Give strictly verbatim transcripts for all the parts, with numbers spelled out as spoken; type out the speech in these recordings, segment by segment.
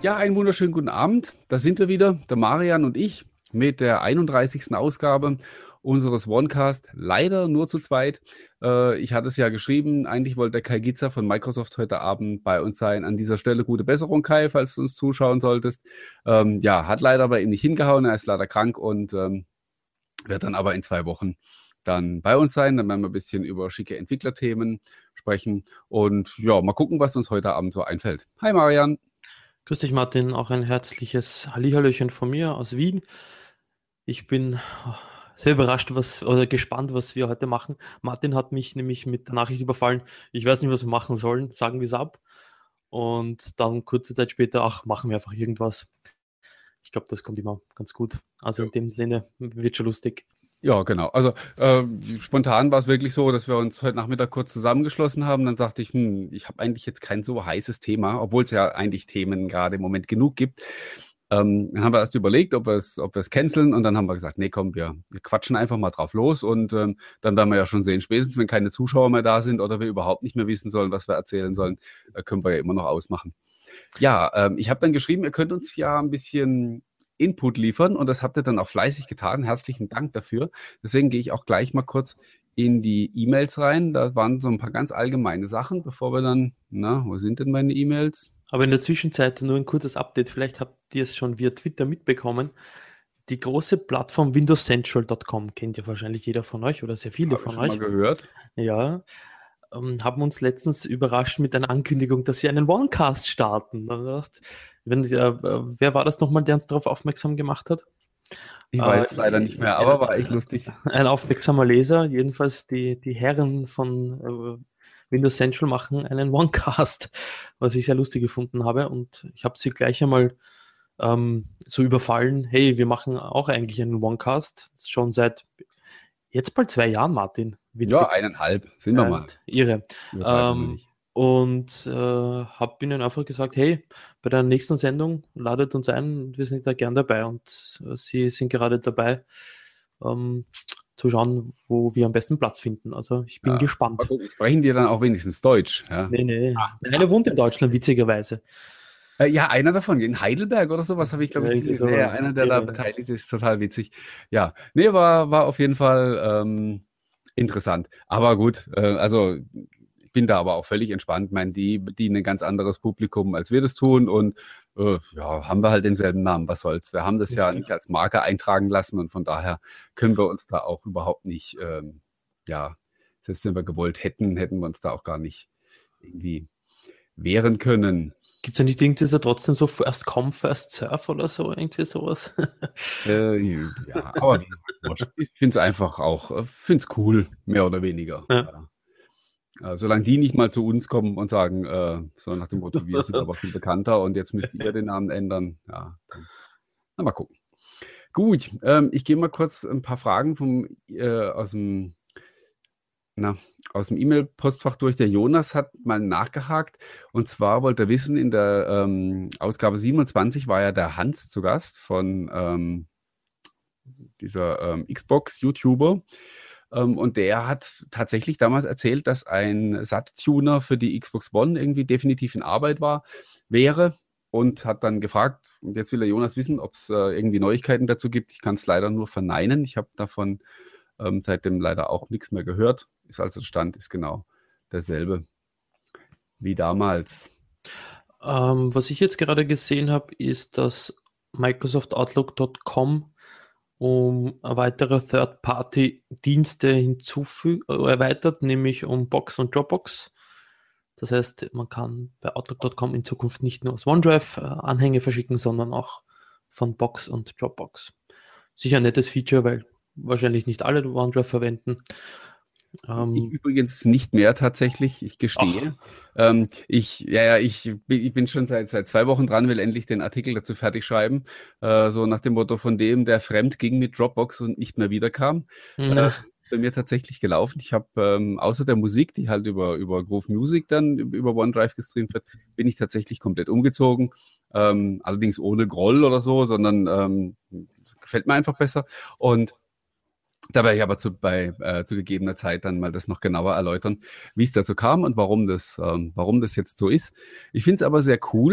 Ja, einen wunderschönen guten Abend. Da sind wir wieder, der Marian und ich, mit der einunddreißigsten Ausgabe unseres OneCast. Leider nur zu zweit. Äh, ich hatte es ja geschrieben, eigentlich wollte der Kai Gitzer von Microsoft heute Abend bei uns sein. An dieser Stelle gute Besserung, Kai, falls du uns zuschauen solltest. Ähm, ja, hat leider bei ihm nicht hingehauen, er ist leider krank und ähm, wird dann aber in zwei Wochen dann bei uns sein. Dann werden wir ein bisschen über schicke Entwicklerthemen sprechen und ja, mal gucken, was uns heute Abend so einfällt. Hi Marian. Grüß dich, Martin. Auch ein herzliches Hallihallöchen von mir aus Wien. Ich bin sehr überrascht, was oder gespannt, was wir heute machen. Martin hat mich nämlich mit der Nachricht überfallen. Ich weiß nicht, was wir machen sollen. Sagen wir es ab. Und dann kurze Zeit später, ach, machen wir einfach irgendwas. Ich glaube, das kommt immer ganz gut. Also in dem Sinne wird schon lustig. Ja, genau. Also äh, spontan war es wirklich so, dass wir uns heute Nachmittag kurz zusammengeschlossen haben. Dann sagte ich, hm, ich habe eigentlich jetzt kein so heißes Thema, obwohl es ja eigentlich Themen gerade im Moment genug gibt. Ähm, dann haben wir erst überlegt, ob wir es ob wir es canceln und dann haben wir gesagt, nee, komm, wir, wir quatschen einfach mal drauf los und ähm, dann werden wir ja schon sehen, spätestens wenn keine Zuschauer mehr da sind oder wir überhaupt nicht mehr wissen sollen, was wir erzählen sollen, äh, können wir ja immer noch ausmachen. Ja, ähm, ich habe dann geschrieben, ihr könnt uns ja ein bisschen Input liefern und das habt ihr dann auch fleißig getan. Herzlichen Dank dafür. Deswegen gehe ich auch gleich mal kurz in die E-Mails rein. Da waren so ein paar ganz allgemeine Sachen, bevor wir dann, na, wo sind denn meine E-Mails? Aber in der Zwischenzeit nur ein kurzes Update. Vielleicht habt ihr es schon via Twitter mitbekommen. Die große Plattform windows central Punkt com kennt ja wahrscheinlich jeder von euch oder sehr viele Habe ich von schon mal euch. gehört. Ja, ähm, haben uns letztens überrascht mit einer Ankündigung, dass sie einen OneCast starten. Da hab ich gedacht, Wenn, äh, wer war das nochmal, der uns darauf aufmerksam gemacht hat? Ich weiß es leider nicht Äh, mehr, aber war echt ein, lustig. ein aufmerksamer Leser, jedenfalls die, die Herren von äh, Windows Central machen einen OneCast, was ich sehr lustig gefunden habe. Und ich habe sie gleich einmal ähm, so überfallen, hey, wir machen auch eigentlich einen OneCast, schon seit jetzt bald zwei Jahren, Martin. Ja, Witzig. eineinhalb, sind wir Ja, mal. irre. Übertreiben wir Ähm, nicht. und äh, habe ihnen einfach gesagt, hey, bei der nächsten Sendung ladet uns ein, wir sind da gern dabei. Und äh, sie sind gerade dabei, ähm, zu schauen, wo wir am besten Platz finden. Also ich bin Ja. Mal gespannt. gucken, sprechen die dann auch wenigstens Deutsch? Ja. Nee, nee. Ah, Der eine ah. wohnt in Deutschland, witzigerweise. Äh, ja, einer davon, in Heidelberg oder sowas habe ich, glaube ich, Irgendwie gelesen. Ja, ja, sowas. einer, der da Irre. beteiligt ist, total witzig. Ja, nee, war, war auf jeden Fall ähm, interessant. Aber gut, äh, also ich bin da aber auch völlig entspannt. Ich meine, die bedienen ein ganz anderes Publikum, als wir das tun. Und äh, ja, haben wir halt denselben Namen, was soll's. Wir haben das ja Richtig. nicht als Marke eintragen lassen und von daher können wir uns da auch überhaupt nicht, ähm, ja, selbst wenn wir gewollt hätten, hätten wir uns da auch gar nicht irgendwie wehren können. Gibt es ja nicht irgendwie so trotzdem so First Come, First Serve oder so, irgendwie sowas? Äh, ja, aber wie gesagt, wurscht. Ich finde es einfach auch, finde es cool, mehr oder weniger. Ja. Ja. Äh, solange die nicht mal zu uns kommen und sagen, äh, so nach dem Motto, wir sind aber viel bekannter und jetzt müsst ihr den Namen ändern, ja, dann na, mal gucken. Gut, ähm, ich gehe mal kurz ein paar Fragen vom, äh, aus dem, na, aus dem E-Mail-Postfach durch. Der Jonas hat mal nachgehakt und zwar wollte er wissen, in der ähm, Ausgabe siebenundzwanzig war ja der Hans zu Gast von ähm, dieser ähm, Xbox-YouTuber. Ähm, und der hat tatsächlich damals erzählt, dass ein S A T-Tuner für die Xbox One irgendwie definitiv in Arbeit war, wäre. Und hat dann gefragt, und jetzt will der Jonas wissen, ob es äh, irgendwie Neuigkeiten dazu gibt. Ich kann es leider nur verneinen. Ich habe davon ähm, seitdem leider auch nichts mehr gehört. Ist also der Stand ist genau derselbe wie damals. Ähm, was ich jetzt gerade gesehen habe, ist, dass Microsoft Outlook Punkt com um weitere Third-Party-Dienste hinzufügt, äh, erweitert, nämlich um Box und Dropbox. Das heißt, man kann bei Outlook Punkt com in Zukunft nicht nur aus OneDrive äh, Anhänge verschicken, sondern auch von Box und Dropbox. Sicher ein nettes Feature, weil wahrscheinlich nicht alle OneDrive verwenden. Ich Ähm, übrigens nicht mehr tatsächlich, ich ach, gestehe. Ähm, ich, ja, ja, ich, bin- ich bin schon seit, seit zwei Wochen dran, will endlich den Artikel dazu fertig schreiben. Äh, so nach dem Motto von dem, der fremd ging mit Dropbox und nicht mehr wiederkam. Äh, ne, bei mir tatsächlich gelaufen. Ich habe ähm, außer der Musik, die halt über, über Groove Music dann über OneDrive gestreamt wird, bin ich tatsächlich komplett umgezogen. Ähm, allerdings ohne Groll oder so, sondern ähm, gefällt mir einfach besser. Und da werde ich aber zu, bei, äh, zu gegebener Zeit dann mal das noch genauer erläutern, wie es dazu kam und warum das, ähm, warum das jetzt so ist. Ich finde es aber sehr cool,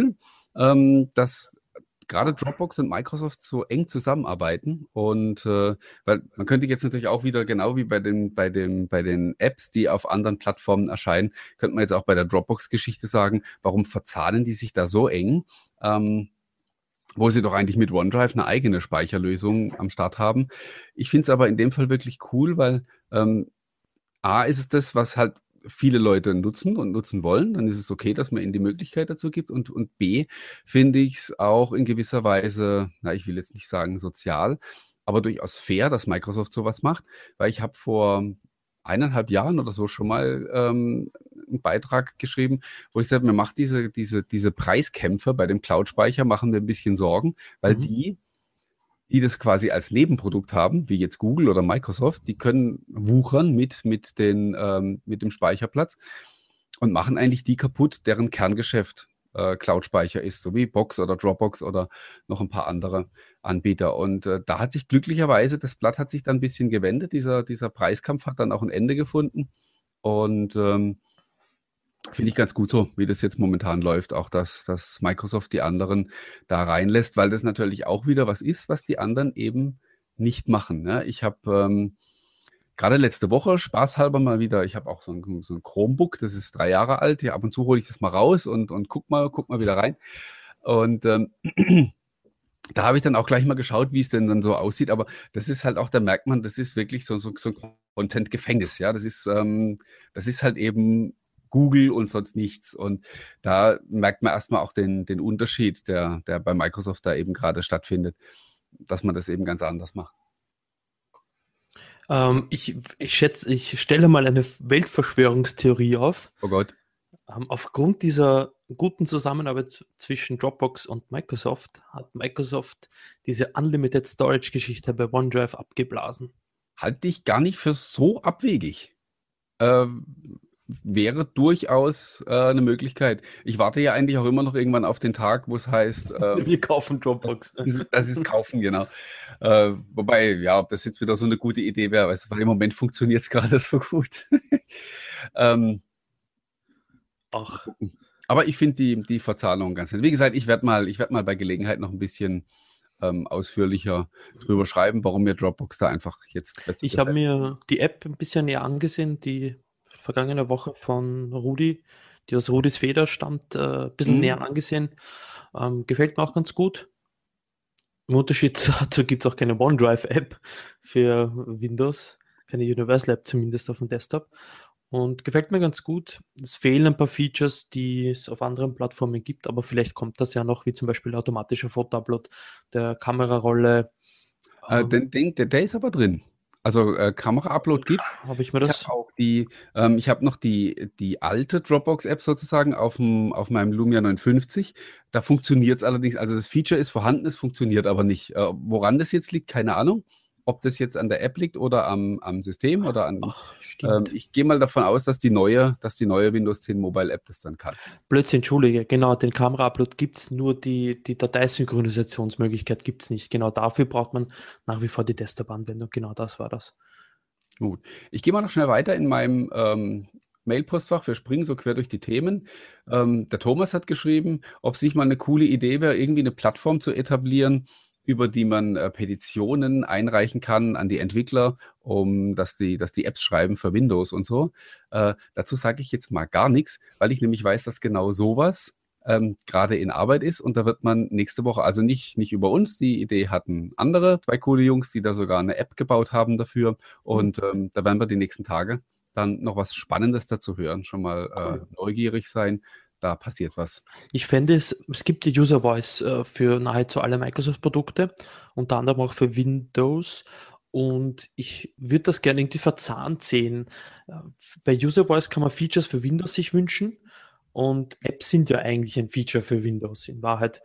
ähm, dass gerade Dropbox und Microsoft so eng zusammenarbeiten und äh, weil man könnte jetzt natürlich auch wieder genau wie bei den bei den bei den Apps, die auf anderen Plattformen erscheinen, könnte man jetzt auch bei der Dropbox-Geschichte sagen, warum verzahnen die sich da so eng, ähm, wo sie doch eigentlich mit OneDrive eine eigene Speicherlösung am Start haben. Ich finde es aber in dem Fall wirklich cool, weil ähm, A ist es das, was halt viele Leute nutzen und nutzen wollen, dann ist es okay, dass man ihnen die Möglichkeit dazu gibt. Und, und B finde ich es auch in gewisser Weise, na, ich will jetzt nicht sagen sozial, aber durchaus fair, dass Microsoft sowas macht, weil ich habe vor eineinhalb Jahren oder so schon mal ähm, einen Beitrag geschrieben, wo ich sage, mir macht diese, diese, diese Preiskämpfe bei dem Cloud-Speicher, machen mir ein bisschen Sorgen, weil Mhm. die die das quasi als Nebenprodukt haben, wie jetzt Google oder Microsoft, die können wuchern mit, mit, den, ähm, mit dem Speicherplatz und machen eigentlich die kaputt, deren Kerngeschäft äh, Cloud-Speicher ist, so wie Box oder Dropbox oder noch ein paar andere Anbieter. Und äh, da hat sich glücklicherweise, das Blatt hat sich dann ein bisschen gewendet, dieser, dieser Preiskampf hat dann auch ein Ende gefunden und ähm, finde ich ganz gut so, wie das jetzt momentan läuft, auch dass, dass Microsoft die anderen da reinlässt, weil das natürlich auch wieder was ist, was die anderen eben nicht machen. Ne? Ich habe ähm, gerade letzte Woche spaßhalber mal wieder, ich habe auch so ein, so ein Chromebook, das ist drei Jahre alt, ja, ab und zu hole ich das mal raus und, und guck mal, guck mal wieder rein. Und ähm, da habe ich dann auch gleich mal geschaut, wie es denn dann so aussieht. Aber das ist halt auch, da merkt man, das ist wirklich so, so, so ein Content-Gefängnis. Ja, das ist, ähm, das ist halt eben Google und sonst nichts. Und da merkt man erstmal auch den, den Unterschied, der, der bei Microsoft da eben gerade stattfindet, dass man das eben ganz anders macht. Ähm, ich, ich schätze, ich stelle mal eine Weltverschwörungstheorie auf. Oh Gott. Ähm, aufgrund dieser guten Zusammenarbeit zwischen Dropbox und Microsoft hat Microsoft diese Unlimited Storage-Geschichte bei OneDrive abgeblasen. Halte ich gar nicht für so abwegig. Ähm, wäre durchaus äh, eine Möglichkeit. Ich warte ja eigentlich auch immer noch irgendwann auf den Tag, wo es heißt, ähm, Wir kaufen das, Dropbox. das, ist, das ist kaufen, genau. Äh, wobei, ja, ob das jetzt wieder so eine gute Idee wäre, weißt du, weil im Moment funktioniert es gerade so gut. ähm, mal Ach, gucken. Aber ich finde die, die Verzahnung ganz nett. Wie gesagt, ich werde mal, ich werd mal bei Gelegenheit noch ein bisschen ähm, ausführlicher drüber schreiben, warum mir Dropbox da einfach jetzt besser ich habe gefällt. mir die App ein bisschen näher angesehen, die vergangene Woche von Rudi, die aus Rudis Feder stammt, äh, ein bisschen Mhm. näher angesehen. Ähm, gefällt mir auch ganz gut. Im Unterschied dazu gibt es auch keine OneDrive-App für Windows, keine Universal App zumindest auf dem Desktop. Und gefällt mir ganz gut. Es fehlen ein paar Features, die es auf anderen Plattformen gibt, aber vielleicht kommt das ja noch, wie zum Beispiel automatischer Fotoupload der Kamerarolle. Äh, Ähm, den, den, der, der ist aber drin. Also äh, Kamera-Upload gibt's. habe ich mir Ich habe das? auch die, ähm, ich habe noch die, die alte Dropbox-App sozusagen auf, dem, auf meinem Lumia neunhundertfünfzig. Da funktioniert es allerdings, also das Feature ist vorhanden, es funktioniert aber nicht. Äh, woran das jetzt liegt, keine Ahnung. Ob das jetzt an der App liegt oder am, am System oder an. Ach, Ähm, stimmt. ich gehe mal davon aus, dass die neue, dass die neue Windows zehn Mobile App das dann kann. Blödsinn, entschuldige, genau, den Kamera-Upload gibt es, nur die, die Dateisynchronisationsmöglichkeit gibt es nicht. Genau dafür braucht man nach wie vor die Desktop-Anwendung. Genau das war das. Gut. Ich gehe mal noch schnell weiter in meinem ähm, Mail-Postfach. Wir springen so quer durch die Themen. Ähm, der Thomas hat geschrieben, ob es nicht mal eine coole Idee wäre, irgendwie eine Plattform zu etablieren, über die man äh, Petitionen einreichen kann an die Entwickler, um dass die, dass die Apps schreiben für Windows und so. Äh, dazu sage ich jetzt mal gar nichts, weil ich nämlich weiß, dass genau sowas ähm, gerade in Arbeit ist und da wird man nächste Woche, also nicht, nicht über uns, die Idee hatten andere, zwei coole Jungs, die da sogar eine App gebaut haben dafür und ähm, da werden wir die nächsten Tage dann noch was Spannendes dazu hören, schon mal Cool. äh, neugierig sein, da passiert was. Ich fände es, es gibt die User Voice äh, für nahezu alle Microsoft-Produkte, unter anderem auch für Windows. Und ich würde das gerne irgendwie verzahnt sehen. Äh, Bei User Voice kann man Features für Windows sich wünschen und Apps sind ja eigentlich ein Feature für Windows in Wahrheit.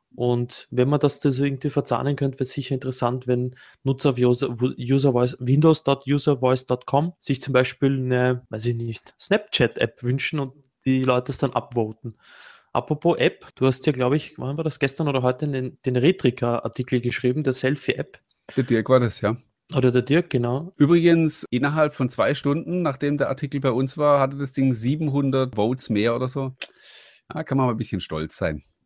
Und wenn man das, das irgendwie verzahnen könnte, wäre es sicher interessant, wenn Nutzer auf User, User Voice, windows punkt uservoice punkt com sich zum Beispiel eine, weiß ich nicht, Snapchat-App wünschen und die Leute es dann upvoten. Apropos App, du hast ja, glaube ich, wann war das, gestern oder heute, den, den Retrika-Artikel geschrieben, der Selfie-App. Der Dirk war das, ja. Oder der Dirk, genau. Übrigens, innerhalb von zwei Stunden, nachdem der Artikel bei uns war, hatte das Ding siebenhundert Votes mehr oder so. Da kann man mal ein bisschen stolz sein.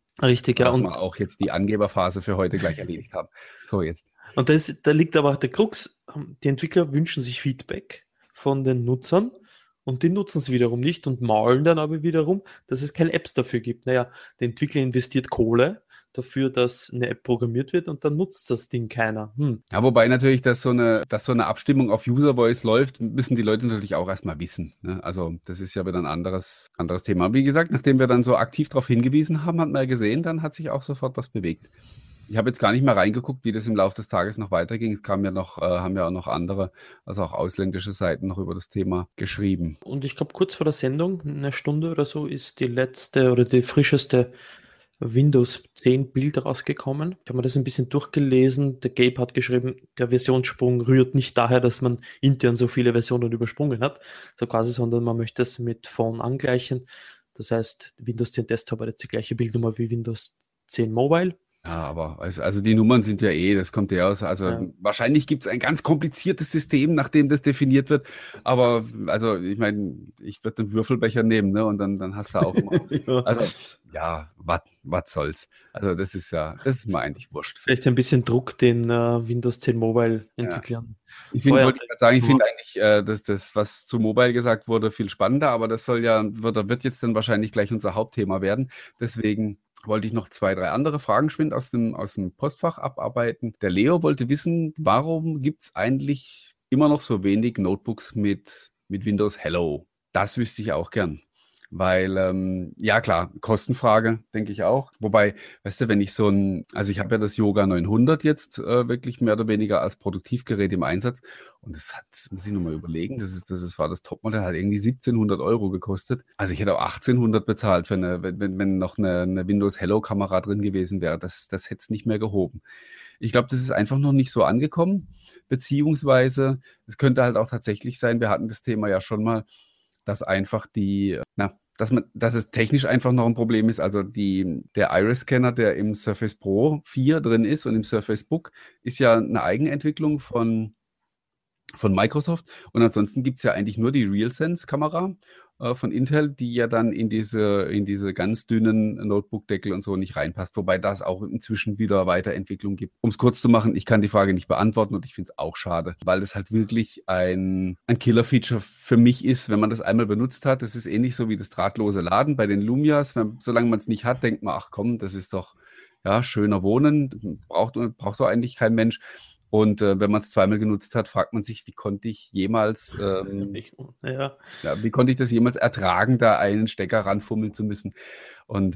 Richtig, ja. Dass Und, wir auch jetzt die Angeberphase für heute gleich erledigt haben. So, jetzt. und das, da liegt aber auch der Krux. Die Entwickler wünschen sich Feedback von den Nutzern und die nutzen es wiederum nicht und maulen dann aber wiederum, dass es keine Apps dafür gibt. Naja, der Entwickler investiert Kohle dafür, dass eine App programmiert wird und dann nutzt das Ding keiner. Hm. Ja, wobei natürlich, dass so eine, dass so eine Abstimmung auf User Voice läuft, müssen die Leute natürlich auch erstmal wissen. Ne? Also das ist ja wieder ein anderes, anderes Thema. Wie gesagt, nachdem wir dann so aktiv darauf hingewiesen haben, hat man ja gesehen, dann hat sich auch sofort was bewegt. Ich habe jetzt gar nicht mehr reingeguckt, wie das im Laufe des Tages noch weiterging. Es kamen ja noch, äh, haben ja auch noch andere, also auch ausländische Seiten noch über das Thema geschrieben. Und ich glaube, kurz vor der Sendung, eine Stunde oder so, ist die letzte oder die frischeste Windows zehn Bild rausgekommen. Ich habe mir das ein bisschen durchgelesen. Der Gabe hat geschrieben, der Versionssprung rührt nicht daher, dass man intern so viele Versionen übersprungen hat, so quasi, sondern man möchte es mit Phone angleichen. Das heißt, Windows zehn Desktop hat jetzt die gleiche Bildnummer wie Windows zehn Mobile. Ja, aber also, also die Nummern sind ja eh, das kommt ja aus. Also Ja. wahrscheinlich gibt es ein ganz kompliziertes System, nach dem das definiert wird. Aber also ich meine, ich würde den Würfelbecher nehmen, ne? Und dann, dann hast du auch immer. Ja. Also ja, was soll's. Also das ist ja, das ist mir eigentlich wurscht. Vielleicht ein bisschen Druck den äh, Windows zehn Mobile Ja. Entwicklern. Ich finde, Vorher wollte ich gerade sagen, ich finde eigentlich, äh, dass das, was zu Mobile gesagt wurde, viel spannender, aber das soll ja, wird, wird jetzt dann wahrscheinlich gleich unser Hauptthema werden. Deswegen wollte ich noch zwei, drei andere Fragen geschwind aus dem, aus dem Postfach abarbeiten. Der Leo wollte wissen, warum gibt es eigentlich immer noch so wenig Notebooks mit, mit Windows Hello? Das wüsste ich auch gern. Weil, ähm, ja klar, Kostenfrage, denke ich auch. Wobei, weißt du, wenn ich so ein, also ich habe ja das Yoga neunhundert jetzt äh, wirklich mehr oder weniger als Produktivgerät im Einsatz und das hat, muss ich nochmal überlegen, das ist, das ist, war das Topmodell, hat irgendwie siebzehnhundert Euro gekostet. Also ich hätte auch achtzehnhundert bezahlt, für eine, wenn, wenn, wenn noch eine, eine Windows Hello Kamera drin gewesen wäre. Das, das hätte es nicht mehr gehoben. Ich glaube, das ist einfach noch nicht so angekommen, beziehungsweise es könnte halt auch tatsächlich sein, wir hatten das Thema ja schon mal, dass einfach die, na, dass man, dass es technisch einfach noch ein Problem ist. Also die, der Iris-Scanner, der im Surface Pro vier drin ist und im Surface Book, ist ja eine Eigenentwicklung von, von Microsoft. Und ansonsten gibt es ja eigentlich nur die RealSense-Kamera äh, von Intel, die ja dann in diese, in diese ganz dünnen Notebook-Deckel und so nicht reinpasst. Wobei das auch inzwischen wieder Weiterentwicklung gibt. Um es kurz zu machen, ich kann die Frage nicht beantworten und ich finde es auch schade, weil es halt wirklich ein, ein Killer-Feature für mich ist, wenn man das einmal benutzt hat. Das ist ähnlich so wie das drahtlose Laden bei den Lumias. Wenn, solange man es nicht hat, denkt man, ach komm, das ist doch ja, schöner Wohnen. Braucht, braucht doch eigentlich kein Mensch. Und äh, wenn man es zweimal genutzt hat, fragt man sich, wie konnte ich jemals, ähm, Ich, ja. ja, wie konnte ich das jemals ertragen, da einen Stecker ranfummeln zu müssen? Und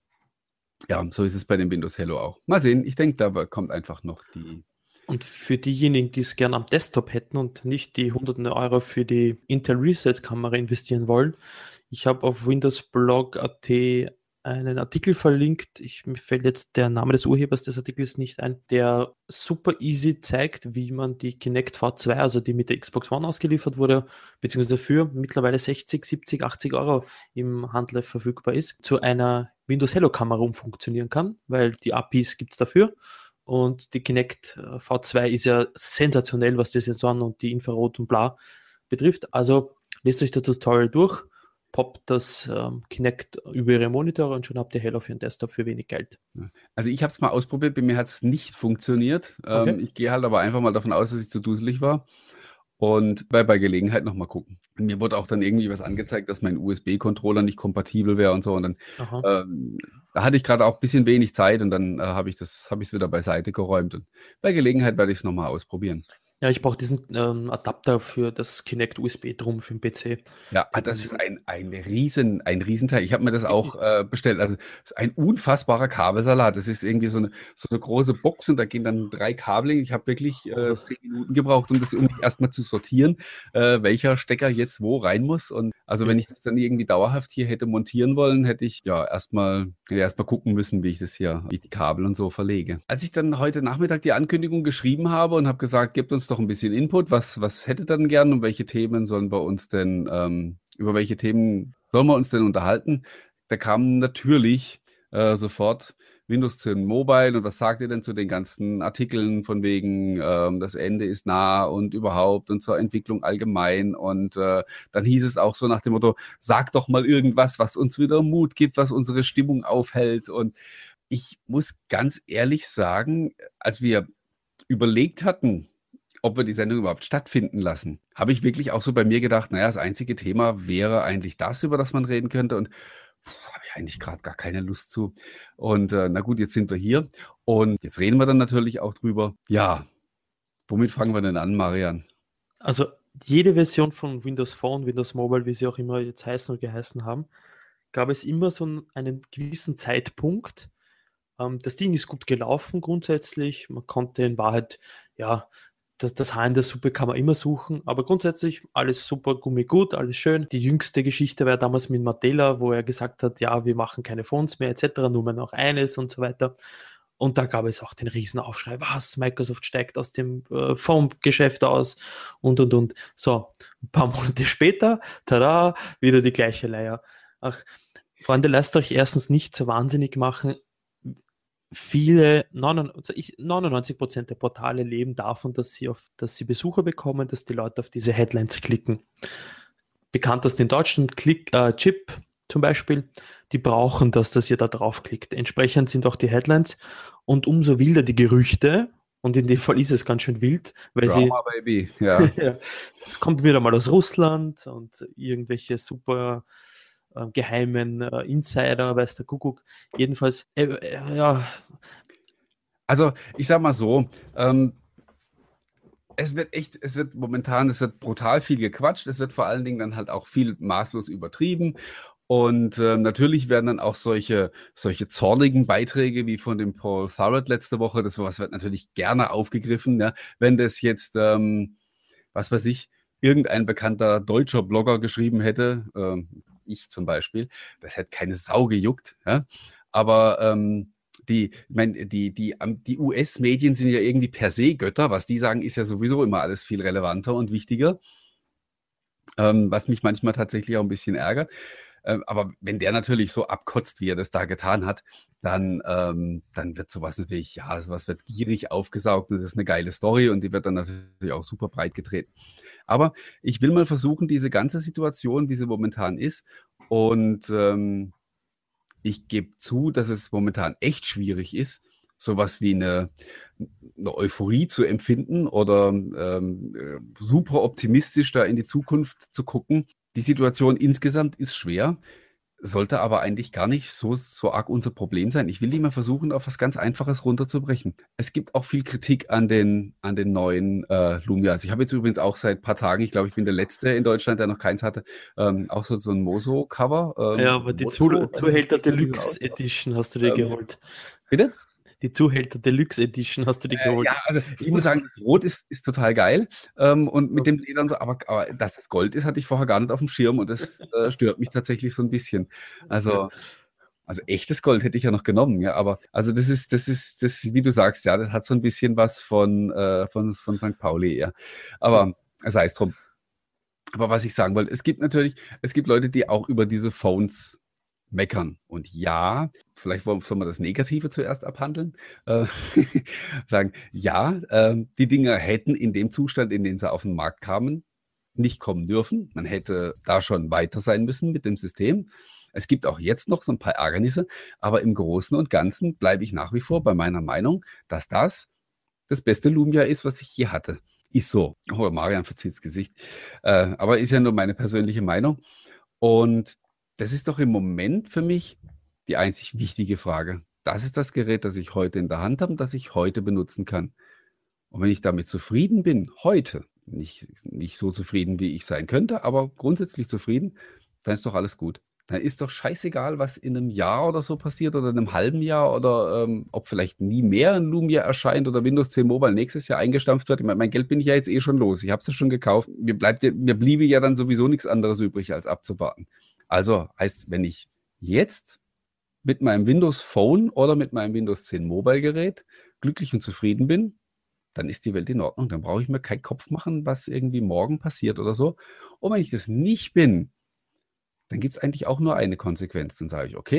ja, so ist es bei dem Windows Hello auch. Mal sehen, ich denke, da kommt einfach noch die. Und für diejenigen, die es gerne am Desktop hätten und nicht die hunderten Euro für die Intel Reset-Kamera investieren wollen, ich habe auf windowsblog punkt at einen Artikel verlinkt. Ich, mir fällt jetzt der Name des Urhebers des Artikels nicht ein, der super easy zeigt, wie man die Kinect V zwei, also die mit der Xbox One ausgeliefert wurde, beziehungsweise für mittlerweile sechzig, siebzig, achtzig Euro im Handel verfügbar ist, zu einer Windows Hello Kamera umfunktionieren kann, weil die A P Is gibt es dafür. Und die Kinect V zwei ist ja sensationell, was die Sensoren und die Infrarot und bla betrifft. Also lest euch das Tutorial durch, poppt das ähm, Kinect über ihre Monitore und schon habt ihr Hello für den Desktop für wenig Geld. Also ich habe es mal ausprobiert, bei mir hat es nicht funktioniert. Okay. Ähm, ich gehe halt aber einfach mal davon aus, dass ich zu duselig war. Und bei, bei Gelegenheit nochmal gucken. Mir wurde auch dann irgendwie was angezeigt, dass mein U S B-Controller nicht kompatibel wäre und so. Und dann ähm, da hatte ich gerade auch ein bisschen wenig Zeit und dann äh, habe ich das, habe ich es wieder beiseite geräumt. Und bei Gelegenheit werde ich es nochmal ausprobieren. Ja, ich brauche diesen ähm, Adapter für das Kinect U S B drum für den P C. Ja, das ist ein, ein Riesen, ein Riesenteil. Ich habe mir das auch äh, bestellt. Also das ist ein unfassbarer Kabelsalat. Das ist irgendwie so eine, so eine große Box und da gehen dann drei Kabel. Ich habe wirklich äh, zehn Minuten gebraucht, um das um erstmal zu sortieren, äh, welcher Stecker jetzt wo rein muss. Und also wenn ich das dann irgendwie dauerhaft hier hätte montieren wollen, hätte ich ja erstmal ja, erstmal gucken müssen, wie ich das hier, wie ich die Kabel und so verlege. Als ich dann heute Nachmittag die Ankündigung geschrieben habe und habe gesagt, gebt uns doch ein bisschen Input, was, was hättet ihr denn gern und welche Themen sollen wir uns denn, ähm, über welche Themen sollen wir uns denn unterhalten? Da kam natürlich äh, sofort Windows zehn Mobile und was sagt ihr denn zu den ganzen Artikeln von wegen, ähm, das Ende ist nah und überhaupt und zur Entwicklung allgemein und äh, dann hieß es auch so nach dem Motto, sag doch mal irgendwas, was uns wieder Mut gibt, was unsere Stimmung aufhält und ich muss ganz ehrlich sagen, als wir überlegt hatten, ob wir die Sendung überhaupt stattfinden lassen, habe ich wirklich auch so bei mir gedacht, naja, das einzige Thema wäre eigentlich das, über das man reden könnte und habe ich eigentlich gerade gar keine Lust zu. Und äh, na gut, jetzt sind wir hier und jetzt reden wir dann natürlich auch drüber. Ja, womit fangen wir denn an, Marian? Also jede Version von Windows Phone, Windows Mobile, wie sie auch immer jetzt heißen und geheißen haben, gab es immer so einen gewissen Zeitpunkt. Ähm, das Ding ist gut gelaufen grundsätzlich. Man konnte in Wahrheit, ja, das, das Haar in der Suppe kann man immer suchen, aber grundsätzlich alles super, Gummi gut, alles schön. Die jüngste Geschichte war damals mit Martella, wo er gesagt hat, ja, wir machen keine Phones mehr et cetera, nur mehr noch eines und so weiter. Und da gab es auch den Riesenaufschrei, was, Microsoft steigt aus dem äh, Phone-Geschäft aus und, und, und. So, ein paar Monate später, tada, wieder die gleiche Leier. Ach, Freunde, lasst euch erstens nicht so wahnsinnig machen. Viele, neunundneunzig Prozent der Portale leben davon, dass sie, auf, dass sie Besucher bekommen, dass die Leute auf diese Headlines klicken. Bekanntest in Deutschland, Click, äh, Chip zum Beispiel, die brauchen das, dass ihr da draufklickt. Entsprechend sind auch die Headlines und umso wilder die Gerüchte, und in dem Fall ist es ganz schön wild, weil Drama, sie, Baby, ja. ja, es kommt wieder mal aus Russland und irgendwelche super äh, geheimen äh, Insider, weiß der Kuckuck. Jedenfalls, äh, äh, ja. Also, ich sag mal so, ähm, es wird echt, es wird momentan, es wird brutal viel gequatscht, es wird vor allen Dingen dann halt auch viel maßlos übertrieben. Und ähm, natürlich werden dann auch solche, solche zornigen Beiträge wie von dem Paul Thurrott letzte Woche, das sowas wird natürlich gerne aufgegriffen, ja, wenn das jetzt, ähm, was weiß ich, irgendein bekannter deutscher Blogger geschrieben hätte, ähm, ich zum Beispiel, das hätte keine Sau gejuckt, ja. Aber ähm, die, ich meine, die, die, am- die U S-Medien sind ja irgendwie per se Götter. Was die sagen, ist ja sowieso immer alles viel relevanter und wichtiger, ähm, was mich manchmal tatsächlich auch ein bisschen ärgert. Ähm, aber wenn der natürlich so abkotzt, wie er das da getan hat, dann, ähm, dann wird sowas natürlich, ja, sowas wird gierig aufgesaugt und das ist eine geile Story und die wird dann natürlich auch super breit getreten. Aber ich will mal versuchen, diese ganze Situation, wie sie momentan ist, und ähm, ich gebe zu, dass es momentan echt schwierig ist, sowas wie eine, eine Euphorie zu empfinden oder ähm, äh, super optimistisch da in die Zukunft zu gucken. Die Situation insgesamt ist schwer, sollte aber eigentlich gar nicht so, so arg unser Problem sein. Ich will die mal versuchen, auf was ganz Einfaches runterzubrechen. Es gibt auch viel Kritik an den, an den neuen äh, Lumias. Ich habe jetzt übrigens auch seit ein paar Tagen, ich glaube, ich bin der Letzte in Deutschland, der noch keins hatte, ähm, auch so, so ein Moso-Cover. Ja, Ähm, aber die Zu Mozo, weiß ich nicht, Zuhälter spricht man die so Deluxe aus? Edition hast du dir Ähm, geholt. bitte? Die Zuhälter Deluxe Edition hast du dir Äh, geholt. ja, also ich muss sagen, das Rot ist, ist total geil ähm, und mit dem Leder und so, aber, aber dass es Gold ist, hatte ich vorher gar nicht auf dem Schirm und das äh, stört mich tatsächlich so ein bisschen. Ja. Also, also echtes Gold hätte ich ja noch genommen, ja, aber also das ist, das ist, das, wie du sagst, ja, das hat so ein bisschen was von, äh, von, von Sankt Pauli, ja. Aber sei es drum. Aber was ich sagen wollte, es gibt natürlich, es gibt Leute, die auch über diese Phones meckern. Und ja, vielleicht wollen, soll man das Negative zuerst abhandeln. Äh, sagen, ja, ähm, die Dinger hätten in dem Zustand, in dem sie auf den Markt kamen, nicht kommen dürfen. Man hätte da schon weiter sein müssen mit dem System. Es gibt auch jetzt noch so ein paar Ärgernisse, aber im Großen und Ganzen bleibe ich nach wie vor bei meiner Meinung, dass das das beste Lumia ist, was ich je hatte. Ist so. Oh, Marian verzieht's Gesicht. Äh, aber ist ja nur meine persönliche Meinung. Und das ist doch im Moment für mich die einzig wichtige Frage. Das ist das Gerät, das ich heute in der Hand habe und das ich heute benutzen kann. Und wenn ich damit zufrieden bin, heute, nicht, nicht so zufrieden, wie ich sein könnte, aber grundsätzlich zufrieden, dann ist doch alles gut. Dann ist doch scheißegal, was in einem Jahr oder so passiert oder in einem halben Jahr oder ähm, ob vielleicht nie mehr ein Lumia erscheint oder Windows zehn Mobile nächstes Jahr eingestampft wird. Ich meine, mein Geld bin ich ja jetzt eh schon los. Ich habe es ja schon gekauft. Mir bleibt, ja- mir bliebe ja dann sowieso nichts anderes übrig, als abzuwarten. Also heißt, wenn ich jetzt mit meinem Windows Phone oder mit meinem Windows zehn Mobile Gerät glücklich und zufrieden bin, dann ist die Welt in Ordnung. Dann brauche ich mir keinen Kopf machen, was irgendwie morgen passiert oder so. Und wenn ich das nicht bin, dann gibt es eigentlich auch nur eine Konsequenz. Dann sage ich, okay,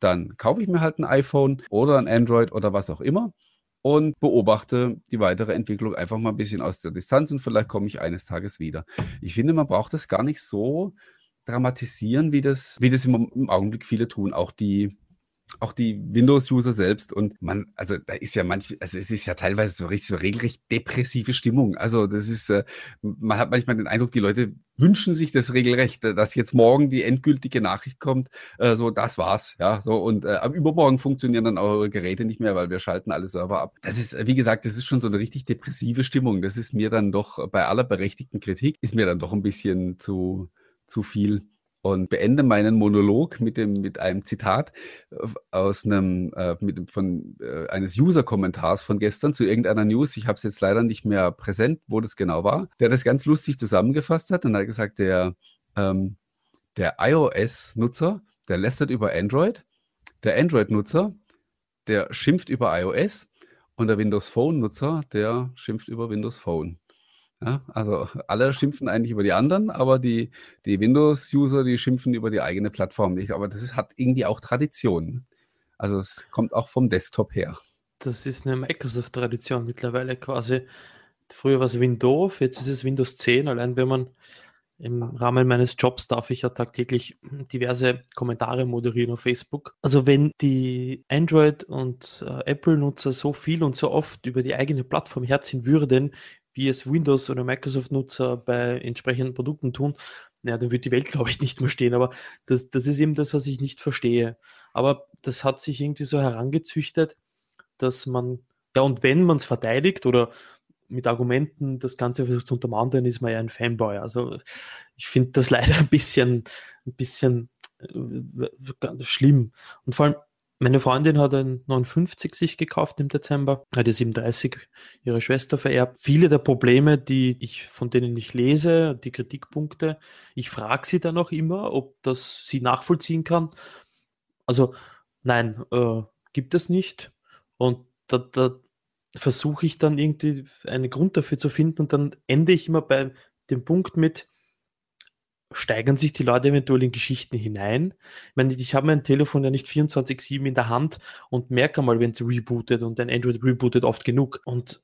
dann kaufe ich mir halt ein iPhone oder ein Android oder was auch immer und beobachte die weitere Entwicklung einfach mal ein bisschen aus der Distanz und vielleicht komme ich eines Tages wieder. Ich finde, man braucht das gar nicht so dramatisieren, wie das, wie das im, im Augenblick viele tun, auch die auch die Windows-User selbst und man, also da ist ja manch, also es ist ja teilweise so richtig, so regelrecht depressive Stimmung. Also das ist, äh, man hat manchmal den Eindruck, die Leute wünschen sich das regelrecht, äh, dass jetzt morgen die endgültige Nachricht kommt, äh, so, das war's, ja, so und äh, am Übermorgen funktionieren dann eure Geräte nicht mehr, weil wir schalten alle Server ab. Das ist, äh, wie gesagt, das ist schon so eine richtig depressive Stimmung. Das ist mir dann doch, bei aller berechtigten Kritik, ist mir dann doch ein bisschen zu, zu viel. Und beende meinen Monolog mit dem, mit einem Zitat äh, aus einem, äh, mit, von, äh, eines User-Kommentars von gestern zu irgendeiner News. Ich habe es jetzt leider nicht mehr präsent, wo das genau war. Der das ganz lustig zusammengefasst hat und hat gesagt, der, ähm, der iOS-Nutzer, der lästert über Android, der Android-Nutzer, der schimpft über iOS und der Windows Phone-Nutzer, der schimpft über Windows Phone. Ja, also alle schimpfen eigentlich über die anderen, aber die, die Windows-User, die schimpfen über die eigene Plattform nicht. Aber das ist, hat irgendwie auch Tradition. Also es kommt auch vom Desktop her. Das ist eine Microsoft-Tradition mittlerweile quasi. Früher war es Windows, jetzt ist es Windows zehn. Allein wenn man im Rahmen meines Jobs darf ich ja tagtäglich diverse Kommentare moderieren auf Facebook. Also wenn die Android- und äh, Apple-Nutzer so viel und so oft über die eigene Plattform herziehen würden, wie es Windows- oder Microsoft-Nutzer bei entsprechenden Produkten tun, naja, dann wird die Welt, glaube ich, nicht mehr stehen. Aber das, das ist eben das, was ich nicht verstehe. Aber das hat sich irgendwie so herangezüchtet, dass man, ja, und wenn man es verteidigt oder mit Argumenten das Ganze versucht zu untermauern, dann ist man ja ein Fanboy. Also ich finde das leider ein bisschen, ein bisschen äh, schlimm. Und vor allem, meine Freundin hat ein neunundfünfzig sich gekauft im Dezember, hat die siebenunddreißig ihre Schwester vererbt. Viele der Probleme, die ich, von denen ich lese, die Kritikpunkte, ich frage sie dann auch immer, ob das sie nachvollziehen kann. Also nein, äh, gibt es nicht. Und da, da versuche ich dann irgendwie einen Grund dafür zu finden und dann ende ich immer bei dem Punkt mit, steigern sich die Leute eventuell in Geschichten hinein? Ich meine, ich habe mein Telefon ja nicht vierundzwanzig sieben in der Hand und merke mal, wenn es rebootet und ein Android rebootet oft genug. Und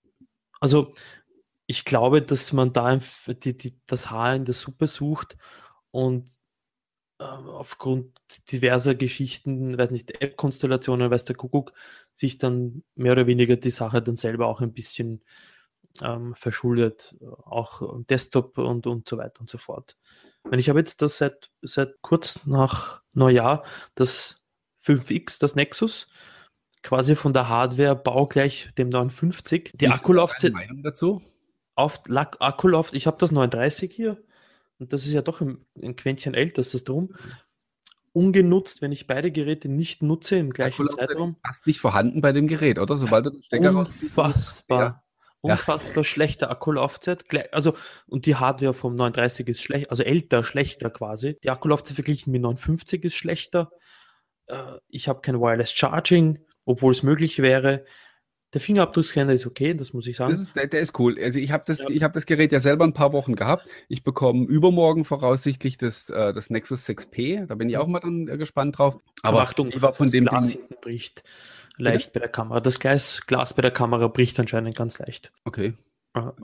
also ich glaube, dass man da die, die, das Haar in der Suppe sucht und äh, aufgrund diverser Geschichten, weiß nicht, App-Konstellationen, weiß der Kuckuck, sich dann mehr oder weniger die Sache dann selber auch ein bisschen ähm, verschuldet, auch Desktop und, und so weiter und so fort. Ich meine, ich habe jetzt das seit, seit kurz nach Neujahr das fünf X, das Nexus, quasi von der Hardware baugleich dem neunundfünfzig. Die Akkulaufzeit. Deine Meinung dazu? Auf Akkulaufzeit, ich habe das neununddreißig hier und das ist ja doch ein, ein Quäntchen älter, ist das drum. Ungenutzt, wenn ich beide Geräte nicht nutze im gleichen Zeitraum. Fast nicht vorhanden bei dem Gerät, oder? Sobald du den Stecker rausziehst. Unfassbar. Unfassbar ja. Schlechte Akkulaufzeit. Also, und die Hardware vom neununddreißig ist schlecht, also älter, schlechter quasi. Die Akkulaufzeit verglichen mit neunundfünfzig ist schlechter. Ich habe kein Wireless Charging, obwohl es möglich wäre. Der Fingerabdruckscanner ist okay, das muss ich sagen. Das ist, der, der ist cool. Also ich habe das, ja. ich hab das Gerät ja selber ein paar Wochen gehabt. Ich bekomme übermorgen voraussichtlich das, äh, das Nexus sechs P. Da bin ich auch mal dann äh, gespannt drauf. Aber Achtung, ich war von das dem Glas Ding hinten bricht leicht Bitte? bei der Kamera. Das Glas, Glas bei der Kamera bricht anscheinend ganz leicht. Okay. Ja,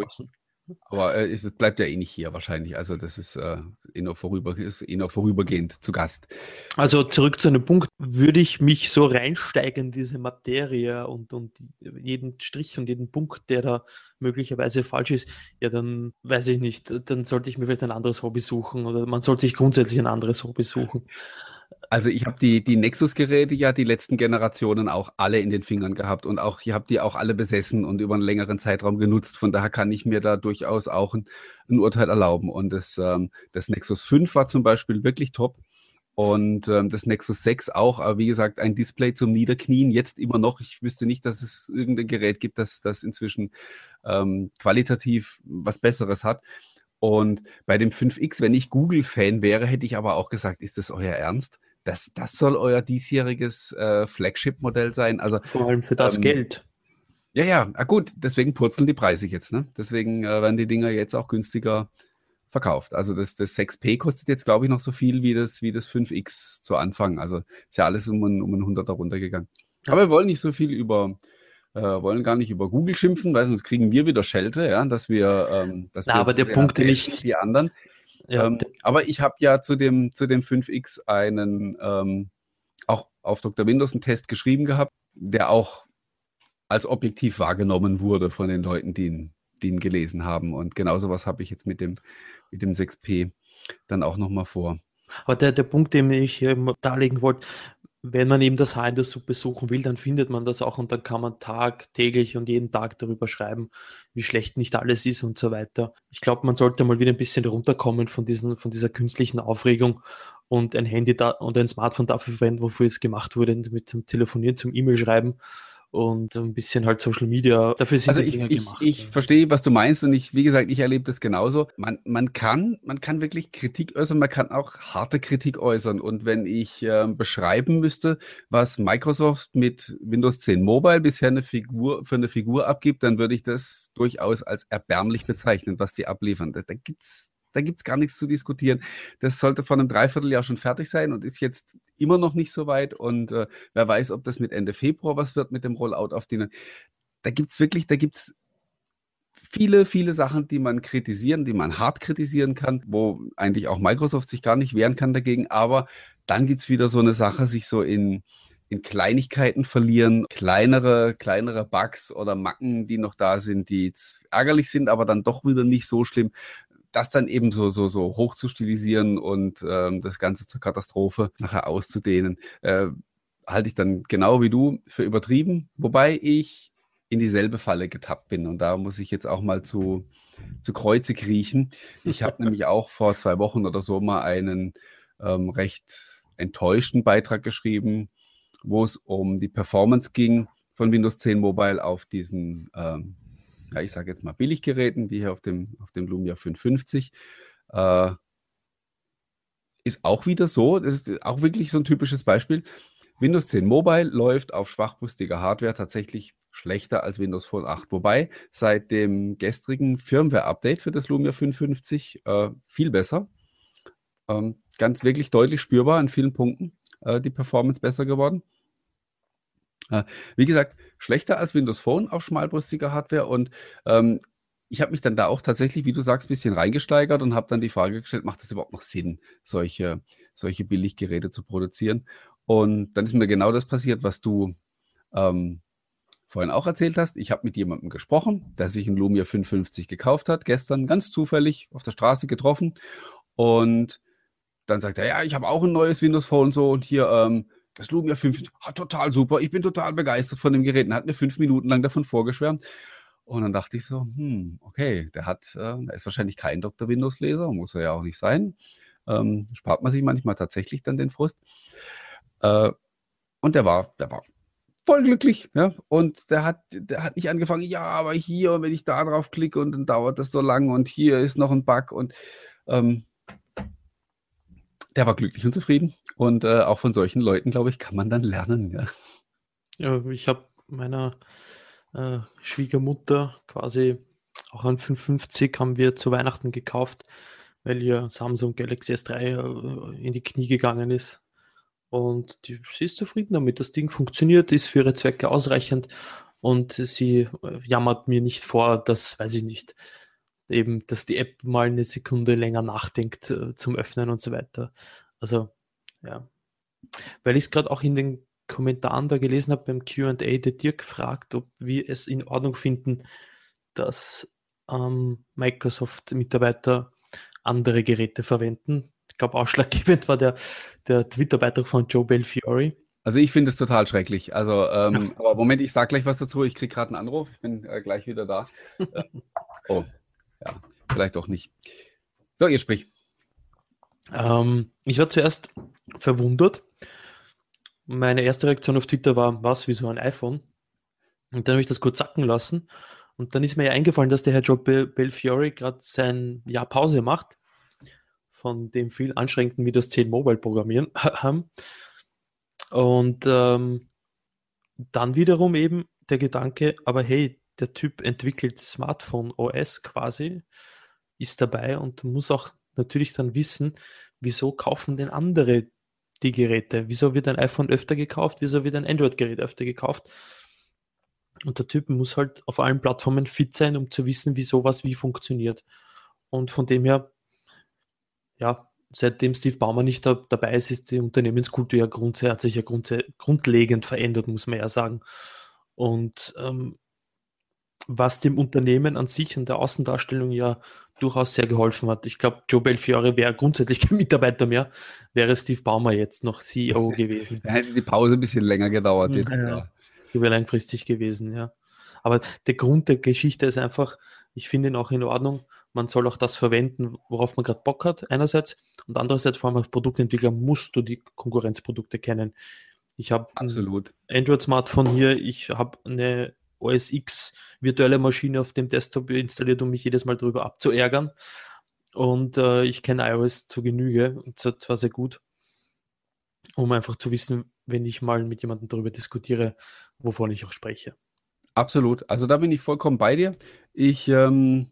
aber äh, es bleibt ja eh nicht hier wahrscheinlich. Also das ist, äh, eh nur vorüber, ist eh nur vorübergehend zu Gast. Also zurück zu einem Punkt, würde ich mich so reinsteigen in diese Materie und, und jeden Strich und jeden Punkt, der da möglicherweise falsch ist, ja dann weiß ich nicht, dann sollte ich mir vielleicht ein anderes Hobby suchen oder man sollte sich grundsätzlich ein anderes Hobby suchen. Also ich habe die, die Nexus-Geräte ja die letzten Generationen auch alle in den Fingern gehabt und auch, ich habe die auch alle besessen und über einen längeren Zeitraum genutzt. Von daher kann ich mir da durchaus auch ein, ein Urteil erlauben. Und das, ähm, das Nexus fünf war zum Beispiel wirklich top. Und ähm, das Nexus sechs auch, aber wie gesagt, ein Display zum Niederknien, jetzt immer noch. Ich wüsste nicht, dass es irgendein Gerät gibt, das, das inzwischen ähm, qualitativ was Besseres hat. Und bei dem fünf X, wenn ich Google-Fan wäre, hätte ich aber auch gesagt, ist das euer Ernst? Das, das soll euer diesjähriges äh, Flagship-Modell sein. Also, vor allem für das ähm, Geld. Ja, ja, ah, gut, deswegen purzeln die Preise jetzt. Ne? Deswegen äh, werden die Dinger jetzt auch günstiger verkauft. Also das, das sechs P kostet jetzt, glaube ich, noch so viel wie das, wie das fünf X zu Anfang. Also ist ja alles um einen, um einen Hunderter runtergegangen. Ja. Aber wir wollen nicht so viel über, äh, wollen gar nicht über Google schimpfen, weil sonst kriegen wir wieder Schelte, ja, dass wir, ähm, dass Na, wir aber zu der sehr Punkt, den bashen, ich, die anderen. ja, Ähm, der, aber ich habe ja zu dem, zu dem fünf X einen, ähm, auch auf Doktor Windows einen Test geschrieben gehabt, der auch als objektiv wahrgenommen wurde von den Leuten, die ihn, die ihn gelesen haben. Und genau sowas habe ich jetzt mit dem, mit dem sechs P dann auch nochmal vor. aber der, der Punkt, den ich hier mal darlegen wollte, wenn man eben das Haar in der Suppe suchen will, dann findet man das auch und dann kann man tagtäglich und jeden Tag darüber schreiben, wie schlecht nicht alles ist und so weiter. Ich glaube, man sollte mal wieder ein bisschen runterkommen von diesen, von dieser künstlichen Aufregung und ein Handy da und ein Smartphone dafür verwenden, wofür es gemacht wurde, mit zum Telefonieren, zum E-Mail schreiben und ein bisschen halt Social Media. Dafür sind Also die ich, Dinger ich, gemacht. ich verstehe, was du meinst und ich, wie gesagt, ich erlebe das genauso. Man, man kann, man kann wirklich Kritik äußern, man kann auch harte Kritik äußern. Und wenn ich äh, beschreiben müsste, was Microsoft mit Windows zehn Mobile bisher eine Figur, für eine Figur abgibt, dann würde ich das durchaus als erbärmlich bezeichnen, was die abliefern. Da, da gibt's Da gibt's gar nichts zu diskutieren. Das sollte vor einem Dreivierteljahr schon fertig sein und ist jetzt immer noch nicht so weit. Und äh, wer weiß, ob das mit Ende Februar was wird mit dem Rollout auf die. Da gibt's wirklich, da gibt's viele, viele Sachen, die man kritisieren, die man hart kritisieren kann, wo eigentlich auch Microsoft sich gar nicht wehren kann dagegen. Aber dann gibt's wieder so eine Sache, sich so in, in Kleinigkeiten verlieren, kleinere, kleinere Bugs oder Macken, die noch da sind, die jetzt ärgerlich sind, aber dann doch wieder nicht so schlimm. Das dann eben so, so, so hoch zu stilisieren und ähm, das Ganze zur Katastrophe nachher auszudehnen, äh, halte ich dann genau wie du für übertrieben, wobei ich in dieselbe Falle getappt bin. Und da muss ich jetzt auch mal zu, zu Kreuze kriechen. Ich habe nämlich auch vor zwei Wochen oder so mal einen ähm, recht enttäuschten Beitrag geschrieben, wo es um die Performance ging von Windows zehn Mobile auf diesen ähm, ja, ich sage jetzt mal Billiggeräten, wie hier auf dem, auf dem Lumia fünfhundertfünfzig, äh, ist auch wieder so, das ist auch wirklich so ein typisches Beispiel. Windows zehn Mobile läuft auf schwachbrüstiger Hardware tatsächlich schlechter als Windows Phone acht. Wobei seit dem gestrigen Firmware-Update für das Lumia fünfhundertfünfzig äh, viel besser. Ähm, ganz wirklich deutlich spürbar an vielen Punkten äh, die Performance besser geworden. Äh, wie gesagt, schlechter als Windows Phone auf schmalbrüstiger Hardware und ähm, ich habe mich dann da auch tatsächlich, wie du sagst, ein bisschen reingesteigert und habe dann die Frage gestellt, macht es überhaupt noch Sinn, solche, solche Billiggeräte zu produzieren? Und dann ist mir genau das passiert, was du ähm, vorhin auch erzählt hast. Ich habe mit jemandem gesprochen, der sich einen Lumia fünfhundertfünfzig gekauft hat, gestern ganz zufällig auf der Straße getroffen und dann sagt er, ja, ich habe auch ein neues Windows Phone und so und hier, ähm, das Lumia fünf, ah, total super, ich bin total begeistert von dem Gerät und hat mir fünf Minuten lang davon vorgeschwärmt. Und dann dachte ich so, hm, okay, der hat, äh, der ist wahrscheinlich kein Doktor Windows-Leser, muss er ja auch nicht sein. Ähm, spart man sich manchmal tatsächlich dann den Frust. Äh, und der war, der war voll glücklich, ja. Und der hat, der hat nicht angefangen, ja, aber hier, wenn ich da drauf klicke und dann dauert das so lang und hier ist noch ein Bug und ähm, der war glücklich und zufrieden. Und äh, auch von solchen Leuten, glaube ich, kann man dann lernen. Ja. Ja, ich habe meiner äh, Schwiegermutter quasi auch ein fünfhundertfünfzig haben wir zu Weihnachten gekauft, weil ihr Samsung Galaxy S drei äh, in die Knie gegangen ist. Und die, sie ist zufrieden damit. Das Ding funktioniert, ist für ihre Zwecke ausreichend und sie äh, jammert mir nicht vor, dass, weiß ich nicht, eben, dass die App mal eine Sekunde länger nachdenkt äh, zum Öffnen und so weiter. Also, ja. Weil ich es gerade auch in den Kommentaren da gelesen habe beim Q und A, der Dirk fragt, ob wir es in Ordnung finden, dass ähm, Microsoft-Mitarbeiter andere Geräte verwenden. Ich glaube, ausschlaggebend war der, der Twitter-Beitrag von Joe Belfiore. Also ich finde es total schrecklich. Also, ähm, aber Moment, ich sage gleich was dazu. Ich kriege gerade einen Anruf. Ich bin äh, gleich wieder da. Äh, oh, ja, vielleicht auch nicht. So, ihr sprich. Ähm, ich war zuerst verwundert. Meine erste Reaktion auf Twitter war, was, wieso ein iPhone? Und dann habe ich das kurz sacken lassen. Und dann ist mir ja eingefallen, dass der Herr Joe Bel Belfiore gerade sein Jahr Pause macht, von dem viel anstrengenden Windows zehn Mobile Programmieren haben. Und ähm, dann wiederum eben der Gedanke, aber hey, der Typ entwickelt Smartphone O S quasi. ist dabei und muss auch natürlich dann wissen, wieso kaufen denn andere die Geräte? Wieso wird ein iPhone öfter gekauft? Wieso wird ein Android-Gerät öfter gekauft? Und der Typ muss halt auf allen Plattformen fit sein, um zu wissen, wie sowas wie funktioniert. Und von dem her, ja, seitdem Steve Ballmer nicht da, dabei ist, ist die Unternehmenskultur ja grundsätzlich, hat sich ja grundsä- grundlegend verändert, muss man ja sagen. Und ähm, was dem Unternehmen an sich und der Außendarstellung ja durchaus sehr geholfen hat. Ich glaube, Joe Belfiore wäre grundsätzlich kein Mitarbeiter mehr, wäre Steve Ballmer jetzt noch C E O gewesen. Da hätte die Pause ein bisschen länger gedauert jetzt, Ja, ja. die wäre langfristig gewesen, ja. Aber der Grund der Geschichte ist einfach, ich finde ihn auch in Ordnung. Man soll auch das verwenden, worauf man gerade Bock hat, einerseits. Und andererseits, vor allem als Produktentwickler, musst du die Konkurrenzprodukte kennen. Ich habe ein Absolut. Android-Smartphone hier, ich habe eine O S X virtuelle Maschine auf dem Desktop installiert, um mich jedes Mal darüber abzuärgern. Und äh, ich kenne iOS zu Genüge und zwar sehr gut, um einfach zu wissen, wenn ich mal mit jemandem darüber diskutiere, wovon ich auch spreche. Absolut. Also da bin ich vollkommen bei dir. Ich ähm,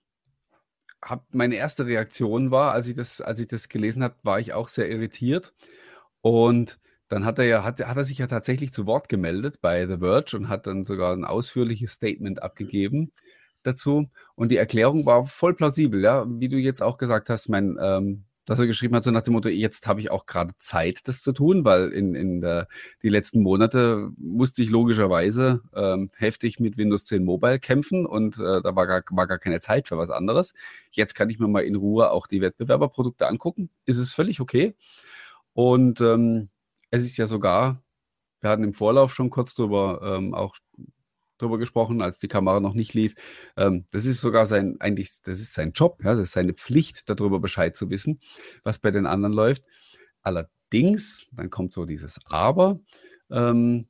habe meine erste Reaktion war, als ich das, als ich das gelesen habe, war ich auch sehr irritiert. Und dann hat er ja, hat, hat er sich ja tatsächlich zu Wort gemeldet bei The Verge und hat dann sogar ein ausführliches Statement abgegeben dazu. Und die Erklärung war voll plausibel, ja, wie du jetzt auch gesagt hast, mein, ähm, dass er geschrieben hat, so nach dem Motto, jetzt habe ich auch gerade Zeit, das zu tun, weil in, in der, die letzten Monate musste ich logischerweise ähm, heftig mit Windows zehn Mobile kämpfen und äh, da war gar, war gar keine Zeit für was anderes. Jetzt kann ich mir mal in Ruhe auch die Wettbewerberprodukte angucken. Ist es völlig okay. Und ähm, es ist ja sogar, wir hatten im Vorlauf schon kurz drüber ähm, auch drüber gesprochen, als die Kamera noch nicht lief. Ähm, das ist sogar sein, eigentlich, das ist sein Job, ja, das ist seine Pflicht, darüber Bescheid zu wissen, was bei den anderen läuft. Allerdings, dann kommt so dieses Aber, ähm,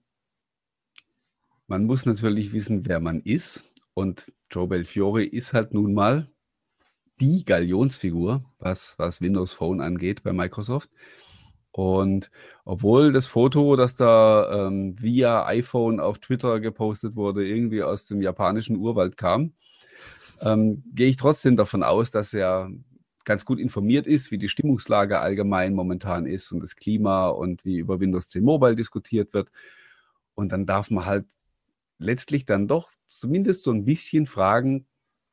man muss natürlich wissen, wer man ist. Und Joe Belfiore ist halt nun mal die Galionsfigur, was, was Windows Phone angeht bei Microsoft. Und obwohl das Foto, das da ähm, via iPhone auf Twitter gepostet wurde, irgendwie aus dem japanischen Urwald kam, ähm, gehe ich trotzdem davon aus, dass er ganz gut informiert ist, wie die Stimmungslage allgemein momentan ist und das Klima und wie über Windows zehn Mobile diskutiert wird. Und dann darf man halt letztlich dann doch zumindest so ein bisschen fragen,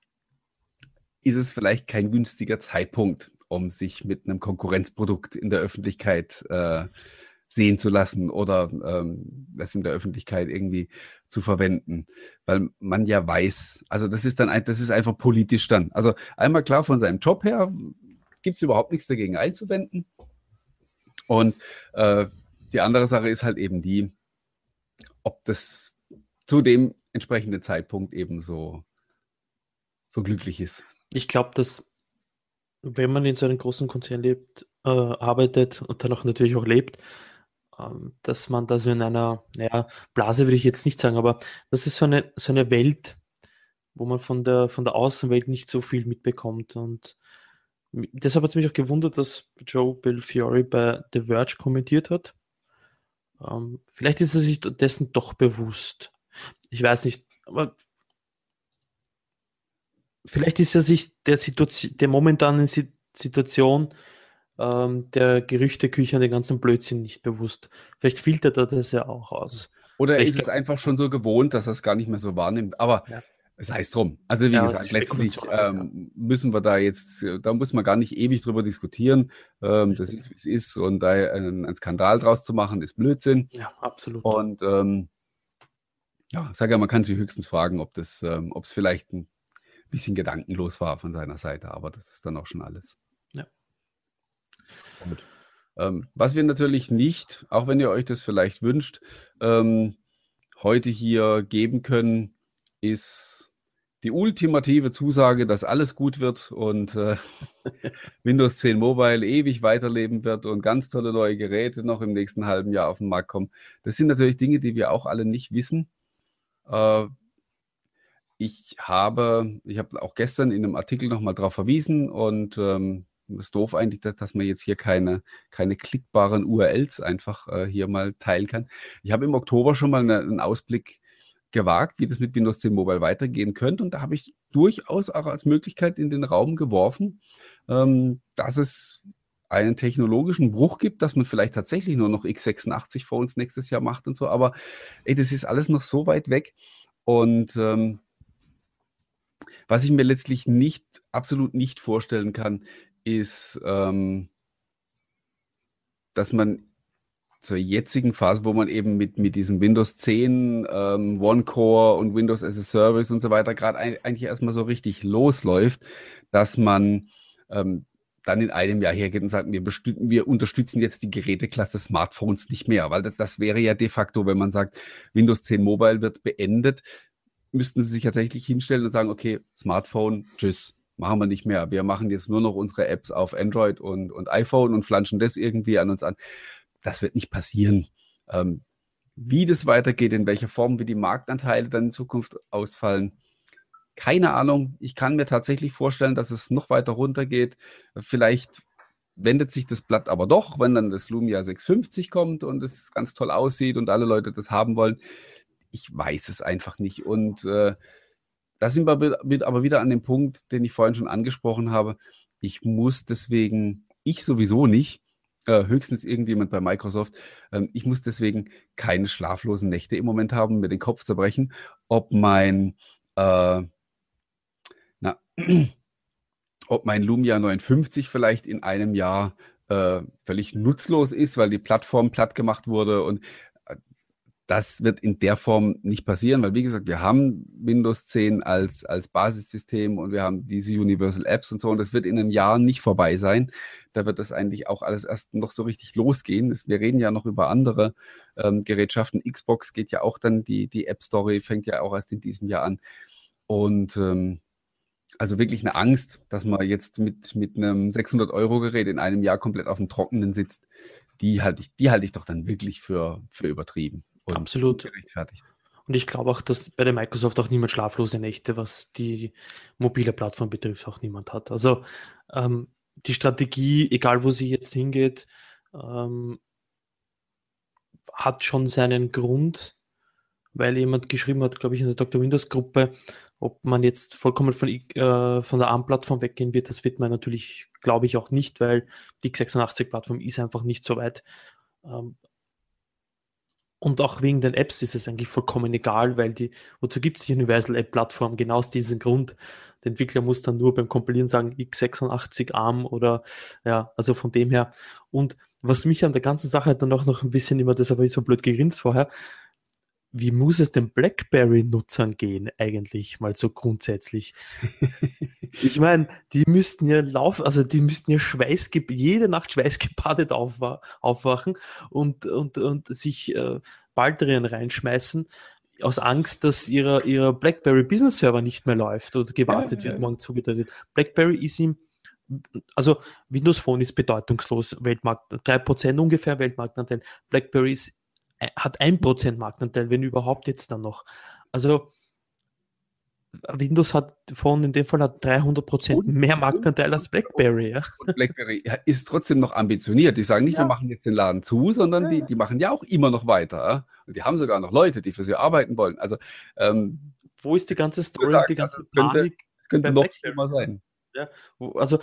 ist es vielleicht kein günstiger Zeitpunkt, um sich mit einem Konkurrenzprodukt in der Öffentlichkeit äh, sehen zu lassen oder ähm, das in der Öffentlichkeit irgendwie zu verwenden, weil man ja weiß, also das ist dann ein, das ist einfach politisch dann. Also einmal klar von seinem Job her gibt es überhaupt nichts dagegen einzuwenden und äh, die andere Sache ist halt eben die, ob das zu dem entsprechenden Zeitpunkt eben so, so glücklich ist. Ich glaube, dass wenn man in so einem großen Konzern lebt, äh, arbeitet und dann auch natürlich auch lebt, ähm, dass man da so in einer, naja, Blase würde ich jetzt nicht sagen, aber das ist so eine, so eine Welt, wo man von der, von der Außenwelt nicht so viel mitbekommt. Und m- deshalb hat es mich auch gewundert, dass Joe Belfiore bei The Verge kommentiert hat. Ähm, vielleicht ist er sich dessen doch bewusst. Ich weiß nicht, aber vielleicht ist er sich der Situation, der momentanen Si- Situation ähm, der Gerüchteküche und den ganzen Blödsinn nicht bewusst. Vielleicht filtert er das ja auch aus. Oder Weil er ich ist es glaube, einfach schon so gewohnt, dass er es gar nicht mehr so wahrnimmt. Aber ja, es heißt drum. Also wie ja, es ist gesagt, letztlich Spekulation alles, ja. ähm, müssen wir da jetzt, da muss man gar nicht ewig drüber diskutieren. Ähm, das Richtig. ist, wie es ist. Und da einen, einen Skandal draus zu machen, ist Blödsinn. Ja, absolut. Und ähm, ja, ich sage ja, man kann sich höchstens fragen, ob das, ähm, ob es vielleicht ein bisschen gedankenlos war von seiner Seite. Aber das ist dann auch schon alles. Ja. Gut. Ähm, was wir natürlich nicht, auch wenn ihr euch das vielleicht wünscht, ähm, heute hier geben können, ist die ultimative Zusage, dass alles gut wird und äh, Windows zehn Mobile ewig weiterleben wird und ganz tolle neue Geräte noch im nächsten halben Jahr auf den Markt kommen. Das sind natürlich Dinge, die wir auch alle nicht wissen. Äh, ich habe, ich habe auch gestern in einem Artikel nochmal darauf verwiesen und ähm, es ist doof eigentlich, dass, dass man jetzt hier keine, keine klickbaren U R Ls einfach äh, hier mal teilen kann. Ich habe im Oktober schon mal eine, einen Ausblick gewagt, wie das mit Windows zehn Mobile weitergehen könnte. Und da habe ich durchaus auch als Möglichkeit in den Raum geworfen, ähm, dass es einen technologischen Bruch gibt, dass man vielleicht tatsächlich nur noch x sechsundachtzig Phones nächstes Jahr macht und so. Aber ey, das ist alles noch so weit weg. Und ähm, was ich mir letztlich nicht, absolut nicht vorstellen kann, ist, ähm, dass man zur jetzigen Phase, wo man eben mit, mit diesem Windows zehn, ähm, OneCore und Windows as a Service und so weiter gerade ein, eigentlich erstmal so richtig losläuft, dass man ähm, dann in einem Jahr hergeht und sagt, wir, bestü- wir unterstützen jetzt die Geräteklasse Smartphones nicht mehr, weil das, das wäre ja de facto, wenn man sagt, Windows zehn Mobile wird beendet, müssten sie sich tatsächlich hinstellen und sagen, okay, Smartphone, tschüss, machen wir nicht mehr. Wir machen jetzt nur noch unsere Apps auf Android und, und iPhone und flanschen das irgendwie an uns an. Das wird nicht passieren. Ähm, wie das weitergeht, in welcher Form, wie die Marktanteile dann in Zukunft ausfallen, keine Ahnung. Ich kann mir tatsächlich vorstellen, dass es noch weiter runtergeht. Vielleicht wendet sich das Blatt aber doch, wenn dann das Lumia sechshundertfünfzig kommt und es ganz toll aussieht und alle Leute das haben wollen. Ich weiß es einfach nicht. Und äh, da sind wir wi- aber wieder an dem Punkt, den ich vorhin schon angesprochen habe. Ich muss deswegen, ich sowieso nicht, äh, höchstens irgendjemand bei Microsoft, ähm, ich muss deswegen keine schlaflosen Nächte im Moment haben, mir den Kopf zerbrechen, ob mein, äh, na, ob mein Lumia neunhundertfünfzig vielleicht in einem Jahr äh, völlig nutzlos ist, weil die Plattform platt gemacht wurde. Und äh, das wird in der Form nicht passieren, weil wie gesagt, wir haben Windows zehn als, als Basissystem und wir haben diese Universal Apps und so. Und das wird in einem Jahr nicht vorbei sein. Da wird das eigentlich auch alles erst noch so richtig losgehen. Das, wir reden ja noch über andere ähm, Gerätschaften. Xbox geht ja auch dann, die, die App Story fängt ja auch erst in diesem Jahr an. Und ähm, also wirklich eine Angst, dass man jetzt mit, mit einem sechshundert-Euro-Gerät in einem Jahr komplett auf dem Trockenen sitzt, die halte ich, die halte ich doch dann wirklich für, für übertrieben und Absolut. gerechtfertigt. Und ich glaube auch, dass bei der Microsoft auch niemand schlaflose Nächte, was die mobile Plattform betrifft, auch niemand hat. Also ähm, die Strategie, egal wo sie jetzt hingeht, ähm, hat schon seinen Grund, weil jemand geschrieben hat, glaube ich, in der Doktor Windows-Gruppe, ob man jetzt vollkommen von, äh, von der ARM-Plattform weggehen wird, das wird man natürlich, glaube ich, auch nicht, weil die x sechsundachtzig-Plattform ist einfach nicht so weit. Ähm, und auch wegen den Apps ist es eigentlich vollkommen egal, weil die, wozu gibt es die Universal App-Plattform? Genau aus diesem Grund. Der Entwickler muss dann nur beim Kompilieren sagen, x sechsundachtzig ARM oder, ja, also von dem her. Und was mich an der ganzen Sache dann auch noch ein bisschen immer, das habe ich so blöd gegrinst vorher, wie muss es den BlackBerry-Nutzern gehen eigentlich, mal so grundsätzlich? Ich meine, die müssten ja laufen, also die müssten ja schweißge jede Nacht schweißgebadet aufwa aufwachen und, und, und sich äh, Baldrian reinschmeißen, aus Angst, dass ihrer, ihrer BlackBerry Business Server nicht mehr läuft oder gewartet Ja, wird, ja. morgen zugeteilt wird. BlackBerry ist ihm, also Windows Phone ist bedeutungslos, Weltmarkt, drei Prozent ungefähr Weltmarktanteil. BlackBerry ist, äh, hat ein Prozent Marktanteil, wenn überhaupt jetzt dann noch. Also Windows hat Phone in dem Fall hat dreihundert Prozent Und, mehr und, Marktanteil als BlackBerry. Ja, und BlackBerry ja, ist trotzdem noch ambitioniert. Die sagen nicht, wir ja, machen jetzt den Laden zu, sondern die, ja. die machen ja auch immer noch weiter. Ja? Und die haben sogar noch Leute, die für sie arbeiten wollen. Also, ähm, Wo ist die ganze du Story und die sagst, also ganze es könnte, Panik es könnte bei noch BlackBerry? schlimmer sein. Ja, wo, also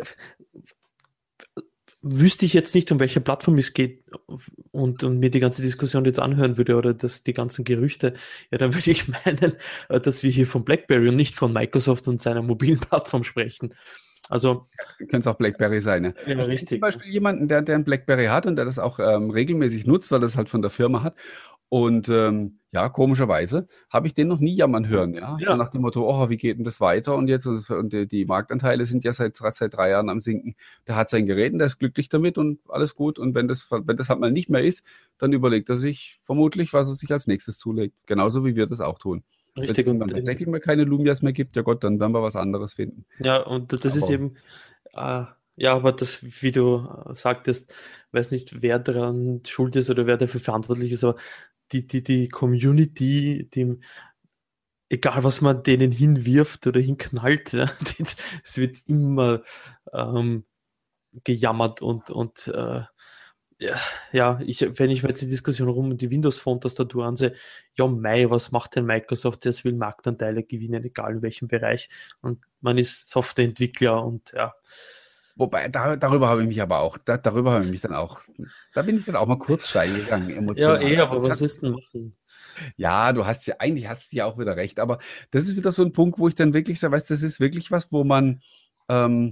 wüsste ich jetzt nicht, um welche Plattform es geht und, und mir die ganze Diskussion jetzt anhören würde oder dass die ganzen Gerüchte, ja, dann würde ich meinen, äh, dass wir hier von BlackBerry und nicht von Microsoft und seiner mobilen Plattform sprechen. Also, Könnte es auch BlackBerry sein. Ja. ja, Ich kenne zum richtig. Beispiel jemanden, der, der ein BlackBerry hat und der das auch ähm, regelmäßig nutzt, weil er das halt von der Firma hat. Und ähm, ja, komischerweise habe ich den noch nie jammern hören. Ja? So Ja, nach dem Motto, oh, wie geht denn das weiter? Und jetzt, und die, die Marktanteile sind ja seit, seit drei Jahren am Sinken. Der hat sein Gerät und der ist glücklich damit und alles gut. Und wenn das, wenn das halt mal nicht mehr ist, dann überlegt er sich vermutlich, was er sich als nächstes zulegt. Genauso wie wir das auch tun. Wenn es richtig. irgendwann Und tatsächlich mal keine Lumias mehr gibt, ja Gott, dann werden wir was anderes finden. ja, und das ist Aber eben, äh, ja, aber das, wie du äh, sagtest, weiß nicht, wer daran schuld ist oder wer dafür verantwortlich ist, aber die, die, die Community, die, egal was man denen hinwirft oder hinknallt, ja, die, es wird immer ähm, gejammert und, und äh, Ja, ja, ich, wenn ich mir jetzt die Diskussion rum um die Windows-Phone-Tastatur ansehe, ja, mei, was macht denn Microsoft? Es will Marktanteile gewinnen, egal in welchem Bereich. Und man ist Softwareentwickler und ja. Wobei, da, darüber habe ich mich aber auch, da, darüber habe ich mich dann auch, da bin ich dann auch mal kurz steil gegangen, Ja, emotional. eh, Also aber es was hat, ist denn machen? ja, du hast ja, eigentlich hast du ja auch wieder recht, aber das ist wieder so ein Punkt, wo ich dann wirklich sage, weißt, das ist wirklich was, wo man, ähm,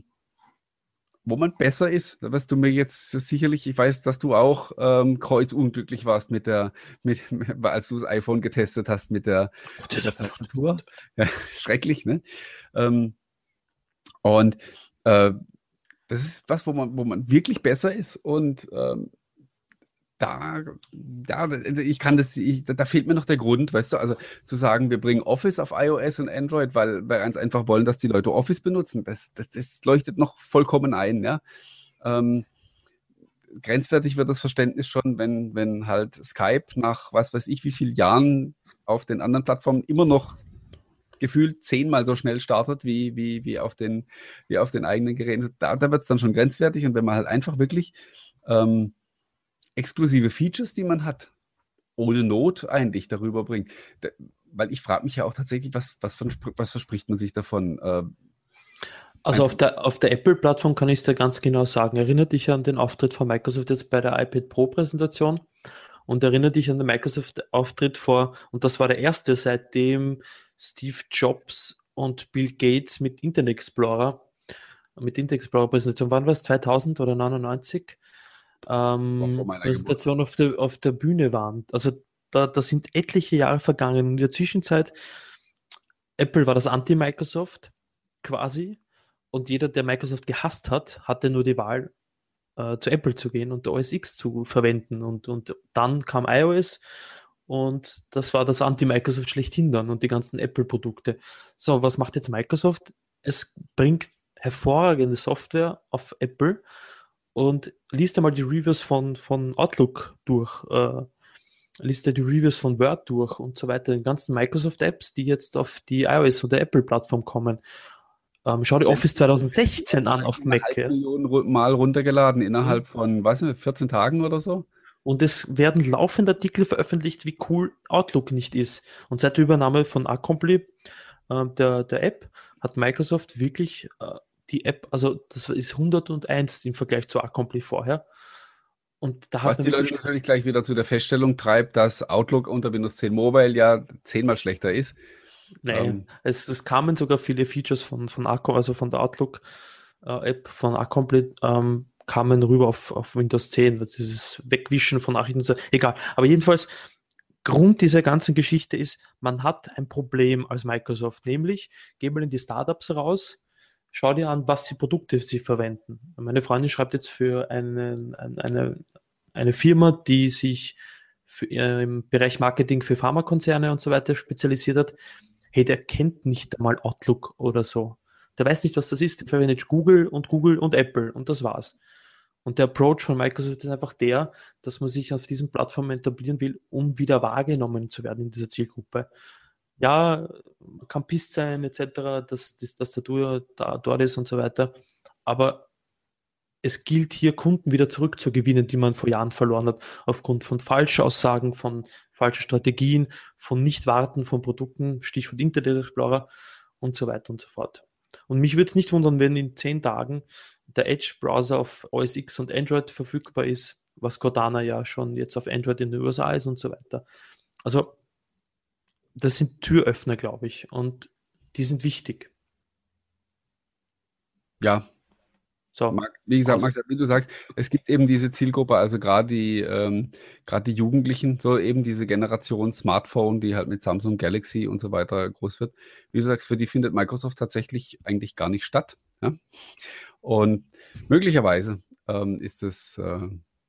wo man besser ist. Da wirst du mir jetzt sicherlich, ich weiß, dass du auch ähm, kreuzunglücklich warst mit der, mit, als du das iPhone getestet hast mit der, Oh, mit das der ist ja Tastatur. Ja, schrecklich, ne? Ähm, und äh, das ist was, wo man, wo man wirklich besser ist. Und ähm, da, da, ich kann das, ich, da, da fehlt mir noch der Grund, weißt du, also zu sagen, wir bringen Office auf iOS und Android, weil wir ganz einfach wollen, dass die Leute Office benutzen. Das, das, das leuchtet noch vollkommen ein, ja. Ähm, grenzwertig wird das Verständnis schon, wenn, wenn halt Skype nach was weiß ich wie vielen Jahren auf den anderen Plattformen immer noch gefühlt zehnmal so schnell startet wie, wie, wie, auf, den, wie auf den eigenen Geräten. Da, da wird es dann schon grenzwertig und wenn man halt einfach wirklich ähm, exklusive Features, die man hat, ohne Not eigentlich darüber bringt. Da, weil ich frage mich ja auch tatsächlich, was, was, von, was verspricht man sich davon? Äh, Also einfach, auf der, auf der Apple-Plattform kann ich es dir ganz genau sagen. Erinnert dich an den Auftritt von Microsoft jetzt bei der iPad Pro-Präsentation und erinnert dich an den Microsoft-Auftritt vor, und das war der erste, seitdem Steve Jobs und Bill Gates mit Internet Explorer, mit Internet Explorer-Präsentation, wann war es, zweitausend oder neunundneunzig, war vor ähm, meiner Geburt. Präsentation auf der, auf der Bühne waren. Also da, da sind etliche Jahre vergangen. Und in der Zwischenzeit, Apple war das Anti-Microsoft quasi. Und jeder, der Microsoft gehasst hat, hatte nur die Wahl, äh, zu Apple zu gehen und O S X zu verwenden. Und, und dann kam iOS und das war das Anti-Microsoft schlechthin dann und die ganzen Apple-Produkte. So, was macht jetzt Microsoft? Es bringt hervorragende Software auf Apple und liest einmal die Reviews von, von Outlook durch, äh, liest dir die Reviews von Word durch und so weiter, den ganzen Microsoft-Apps, die jetzt auf die iOS- oder Apple-Plattform kommen. Ähm, schau dir Office zweitausendsechzehn an auf Eine Mac. halbe Ja? Million ru- Mal runtergeladen Mhm. innerhalb von, weiß nicht, vierzehn Tagen oder so. Und es werden laufend Artikel veröffentlicht, wie cool Outlook nicht ist. Und seit der Übernahme von Acompli, äh, der, der App, hat Microsoft wirklich äh, die App, also das ist hunderteins im Vergleich zu Acompli vorher. Und da hat Was man die wirklich Leute schon, natürlich gleich wieder zu der Feststellung treibt, dass Outlook unter Windows zehn Mobile ja zehnmal schlechter ist. nee, Ähm, es, es kamen sogar viele Features von, von Acom, also von der Outlook-App von Acompli, ähm, kamen rüber auf, auf Windows zehn, also dieses Wegwischen von Nachrichten und so, egal. Aber jedenfalls, Grund dieser ganzen Geschichte ist, man hat ein Problem als Microsoft, nämlich geh mal in die Startups raus, schau dir an, was sie Produkte sie verwenden. Meine Freundin schreibt jetzt für einen, ein- eine, eine Firma, die sich für, äh, im Bereich Marketing für Pharmakonzerne und so weiter spezialisiert hat. Hey, der kennt nicht einmal Outlook oder so. Der weiß nicht, was das ist. Der verwendet Google und Google und Apple und das war's. Und der Approach von Microsoft ist einfach der, dass man sich auf diesen Plattformen etablieren will, um wieder wahrgenommen zu werden in dieser Zielgruppe. Ja, man kann pisst sein, et cetera, dass die Tastatur da, dort ist und so weiter. Aber es gilt hier, Kunden wieder zurückzugewinnen, die man vor Jahren verloren hat, aufgrund von Falschaussagen, von falschen Strategien, von Nichtwarten von Produkten, Stichwort Internet Explorer und so weiter und so fort. Und mich würde es nicht wundern, wenn in zehn Tagen der Edge-Browser auf O S X und Android verfügbar ist, was Cortana ja schon jetzt auf Android in den U S A ist und so weiter. Also das sind Türöffner, glaube ich, und die sind wichtig. ja, So, Max, wie gesagt, aus. Max, wie du sagst, es gibt eben diese Zielgruppe, also gerade die, ähm, gerade die Jugendlichen, so eben diese Generation Smartphone, die halt mit Samsung Galaxy und so weiter groß wird. Wie du sagst, für die findet Microsoft tatsächlich eigentlich gar nicht statt. Ja? Und möglicherweise ähm, ist es, äh,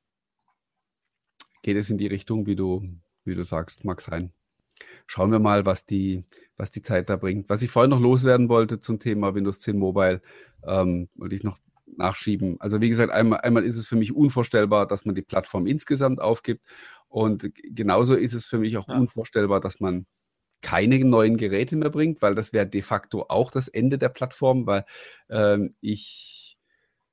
geht es in die Richtung, wie du, wie du sagst, mag sein. Schauen wir mal, was die, was die Zeit da bringt. Was ich vorhin noch loswerden wollte zum Thema Windows zehn Mobile, ähm, wollte ich noch nachschieben. Also wie gesagt, einmal, einmal ist es für mich unvorstellbar, dass man die Plattform insgesamt aufgibt. Und genauso ist es für mich auch Ja. unvorstellbar, dass man keine neuen Geräte mehr bringt, weil das wäre de facto auch das Ende der Plattform, weil ähm, ich